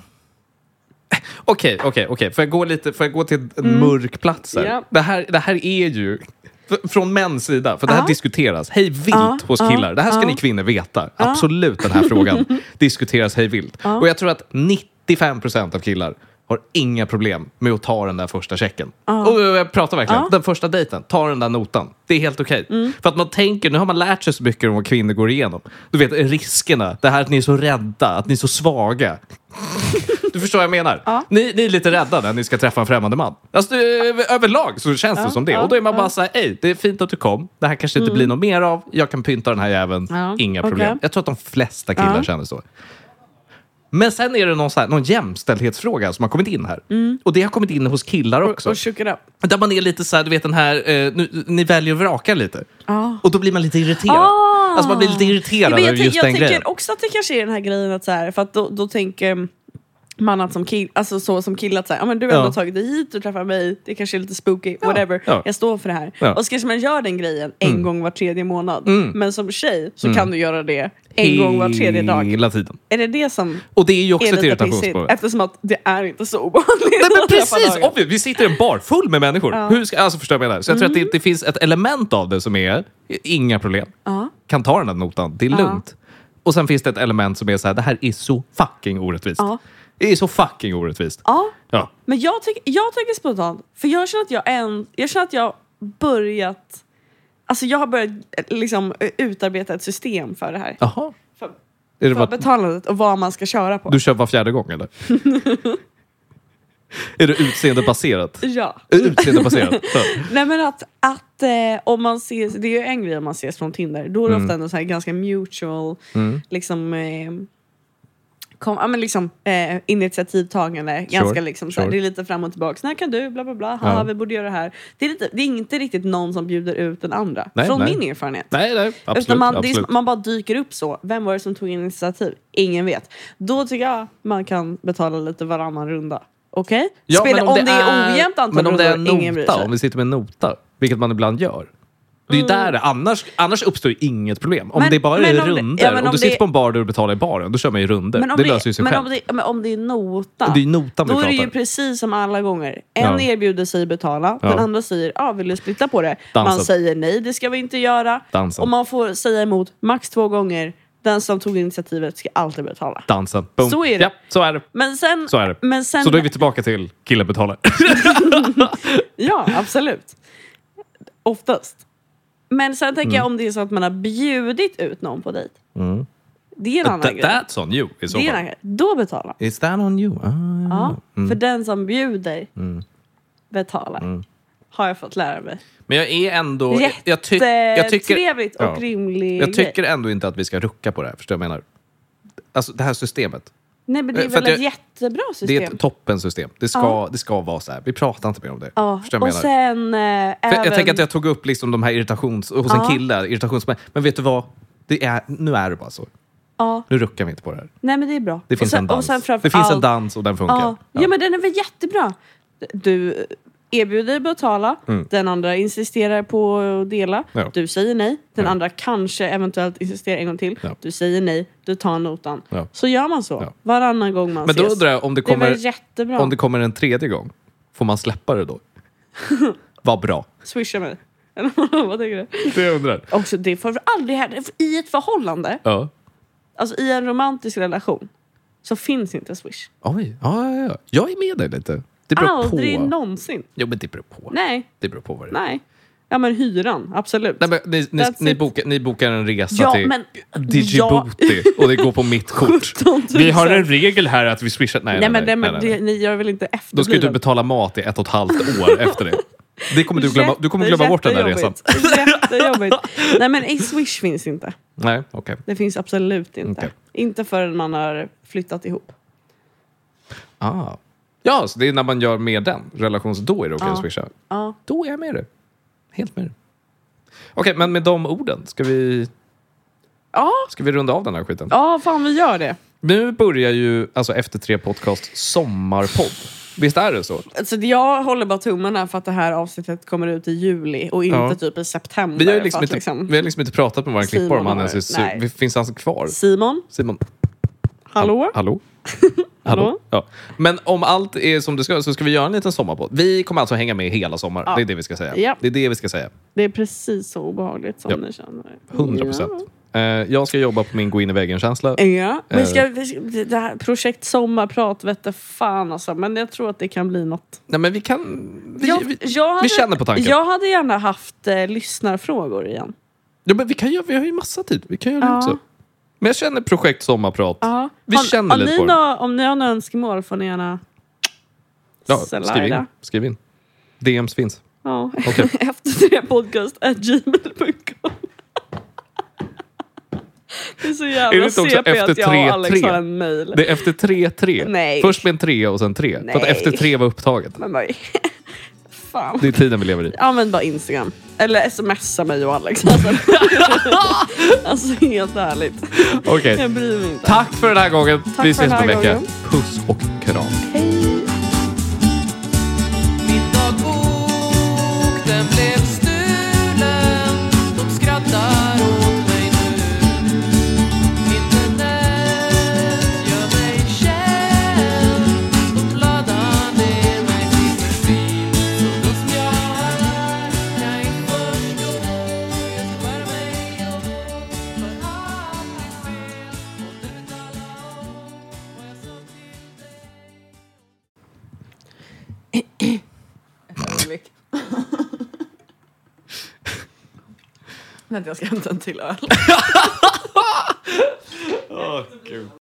Okej, okej, okej. Får jag gå lite, får jag gå till en mörk plats här? Ja. Det här? Det här är ju... f- Från mäns sida, för det här Ja. diskuteras hej vilt Ja, hos ja, killar. Det här ska ja. ni kvinnor veta. Absolut, den här frågan diskuteras hej vilt. Och jag tror att nittiofem procent av killar har inga problem med att ta den där första checken. Och jag pratar verkligen, Ja. den första dejten, ta den där notan. Det är helt okej. För att man tänker, nu har man lärt sig så mycket om vad kvinnor går igenom. Du vet, riskerna, det här att ni är så rädda, att ni är så svaga. Du förstår vad jag menar? Ja. Ni, ni är lite rädda när ni ska träffa en främmande man. Alltså, det, överlag så känns det Ja, som det. ja, Och då är man ja. bara så här, ej, det är fint att du kom. Det här kanske inte blir något mer av. Jag kan pynta den här jäveln. Ja, Inga okej. problem. Jag tror att de flesta killar Ja. känner så. Men sen är det någon, så här, någon jämställdhetsfråga som har kommit in här. Och det har kommit in hos killar också. Och, och shook it up. Där man är lite så här, du vet den här, eh, nu, ni väljer och vrakar lite. Ja. Och då blir man lite irriterad. Ah, Alltså man blir lite irriterad ja, över just jag den tänker grejen. också att det kanske är den här grejen att så här, för att då, då tänker man att som kill, alltså så som kill att så här, ja men du har Ja. ändå tagit dig hit, du träffar mig, det kanske är lite spooky, whatever, Ja. jag står för det här. Ja. Och så kanske man gör den grejen en Mm. gång var tredje månad. Mm. Men som tjej så Mm. kan du göra det en gång var tredje dag. Hela tiden. Är det det som Och det är ju också är ett lite pissigt? irritationsmoment. Eftersom att det är inte så obehagligt. Nej men att träffa precis, dagar. obvious. Vi sitter i en bar full med människor. Ja. Hur ska, alltså förstår jag vad jag menar? Så jag tror att det, det finns ett element av det som är inga problem. Ja. Kan ta den här notan, det är Ja. lugnt. Och sen finns det ett element som är så här, det här är så fucking orättvist. Ja. Det är så fucking orättvist. Ja. Ja. Men jag, tyck, jag tycker spontant, för jag känner att jag en, jag känner att jag börjat, alltså jag har börjat liksom utarbeta ett system för det här. Jaha. För, Är det för vad, betalandet och vad man ska köra på. du kör var fjärde gång eller? Är det utseendebaserat? Ja. Utseendebaserat. Ja. Nej men att, att eh, om man ses, det är ju en grej om man ses från Tinder. Då är det Mm. ofta ändå så här ganska mutual, Mm. liksom, eh, kom, ja, men liksom eh, initiativtagande. Ganska liksom så här, sure. det är lite fram och tillbaka. När kan du, bla bla bla, ha, Ja. vi borde göra det här. Det är, lite, det är inte riktigt någon som bjuder ut den andra. Nej, från nej. min erfarenhet. Nej, nej, absolut. Utan man, det är, absolut. som- man bara dyker upp så. Vem var det som tog initiativ? Ingen vet. Då tycker jag man kan betala lite varannan runda. Okej? Ja, Spelar- men om, det är ojämnt antal men om det är rundor, ingen bryr nota, sig. om vi sitter med en nota, vilket man ibland gör. Det är ju där det, annars, annars uppstår ju inget problem. Om Men- det bara men är om det- runder, ja, men om, om du sitter det- på en bar där du betalar i baren, då kör man ju runder. Men om Det det, löser ju sig men själv. om det, men om det är nota, Det är ju notan vi då är det ju pratar. precis som alla gånger. En Ja. erbjuder sig betala, Ja. den andra säger ja, vill du splitta på det? Dansen. Man säger nej, det ska vi inte göra. Dansen. Och man får säga emot max två gånger. Den som tog initiativet ska alltid betala. Dansen. Boom. Så är det. Ja, så är det. Men sen, Så är det. Men sen, Så då är vi tillbaka till killen betalar. ja, absolut. Oftast. Men sen tänker Mm. jag om det är så att man har bjudit ut någon på dejt. Mm. Det är en annan That, grej. that's on you i så Det är en fall. annan grej. Då betalar. Is that on you? Ah, Ja, mm. för den som bjuder Mm. betalar. Mm. Har jag fått lära mig. Men jag är ändå... Jag, jag, tyck, jag, tycker, Trevligt och ja. rimlig jag tycker grej. ändå inte att vi ska rucka på det här. Förstår du vad jag menar? Alltså det här systemet. Nej men det är För väl att ett jag- jättebra Det system. är ett toppensystem. Det ska, Ja. det ska vara så här. Vi pratar inte mer om det. Ja. Förstår du vad Och jag menar? sen äh, För även... jag tänker att jag tog upp liksom de här irritations... Hos Ja. en kille, irritations... Men vet du vad? Det är, nu är det bara så. Ja. Nu ruckar vi inte på det här. Nej men det är bra. Det finns och sen, en dans. Och sen framför det finns en allt- dans och den funkar. Ja. Ja. men den är väl jättebra. Du erbjuder dig betala. Mm. Den andra insisterar på att dela. Ja. Du säger nej. Den Ja. andra kanske eventuellt insisterar en gång till. Ja. Du säger nej. Du tar notan. Ja. Så gör man så. Ja. Varannan gång man Men då ses. undrar jag om det Det är kommer... väl jättebra. Om det kommer en tredje gång, får man släppa det då? Vad bra. Swisha mig. Eller vad tänker du? Det jag undrar. Också, det får aldrig hända. I ett förhållande, Ja. alltså i en romantisk relation, så finns inte Swish. Oj, ja, ja, ja. Jag är med dig lite. Det beror Aldrig på. någonsin. Jo, men det beror på. Nej, Det beror på vad det är. nej. Ja men hyran, absolut. Nej, men ni, ni, That's ni, it. bokar, ni bokar en resa Ja, till men- Djibouti och det går på mitt kort. sjutton tusen. Vi har en regel här att vi swishar... Nej, Nej, nej, men, nej, det, nej, men nej. det, ni gör väl inte Då ska ju du efterblivet? betala mat i ett och ett halvt år efter det. Det kommer du glömma, du kommer glömma bort den där resan. Jättejobbigt. Jättejobbigt. Nej men i Swish finns inte. Nej, okej. Det finns absolut inte. Okej. Inte förrän man har flyttat ihop. Ah. Ja, så det är när man gör med den relationen, så då är det okej Ja. att swisha. Ja. Då är jag med det. Helt med det. Okej, men med de orden, ska vi, Ja, ska vi runda av den här skiten? ja fan vi gör det. Nu börjar ju, alltså efter tre podcast, sommarpodd. Visst är det så? Alltså, jag håller bara tummarna för att det här avsnittet kommer ut i juli och inte Ja. typ i september. Vi har ju för liksom att inte, liksom- vi har liksom inte pratat med våran Simon klippare om han har- ens är nej. su- Finns han kvar? Simon, Simon? hallå? Hallå? Hallå? Ja. Men om allt är som det ska så ska vi göra en liten sommarpodd. Vi kommer alltså hänga med hela sommaren. Ja. Det är det vi ska säga. Ja. Det är det vi ska säga. Det är precis så obehagligt som Ja. ni känner. hundra procent. Eh, jag ska jobba på min gå in i väggen-känsla. Ja, ja. Vi Eh. ska, vi ska, det här projekt sommarprat vette fan alltså. Men jag tror att det kan bli något. Nej, men vi kan... Vi, Jag, vi, jag hade, vi känner på tanken. Jag hade gärna haft eh, lyssnarfrågor igen. Ja, men vi, kan göra, vi har ju massa tid. Vi kan göra det Ja. också. Men jag känner projekt sommarprat. Ja. Vi Har- känner har lite ni på det. nå, Om ni har några önskemål får ni gärna Ja, slida. skriv in. Skriv in. D Ms finns. Ja. Okej. Efter tre podcast at gmail punkt com. Det är så Är det jävla inte också C P efter att jag tre, och Alex tre? har en mail. Det är efter tre, tre. Nej. Först med en tre och sen tre. För att Nej. efter tre var upptaget. Men bara, fan. Det är tiden vi lever i. Använd bara Instagram. Eller smsa mig och Alex. Alltså, alltså helt ärligt. Okej. Okay. Jag bryr mig inte. Tack för den här gången. Tack vi ses om en vecka. Gången. Puss och kram. Hej. Min dagbok, den blev stulen. De skrattar åt mig nu. Internet gör mig känd. De laddar ner mig till profil. Så de som jag är kan inte förstå. Jag skär mig åt för allt mitt fel. Och du talar om vad jag sa till dig. Ögonblick. Vänta, jag ska hämta en till öl. Åh, gud.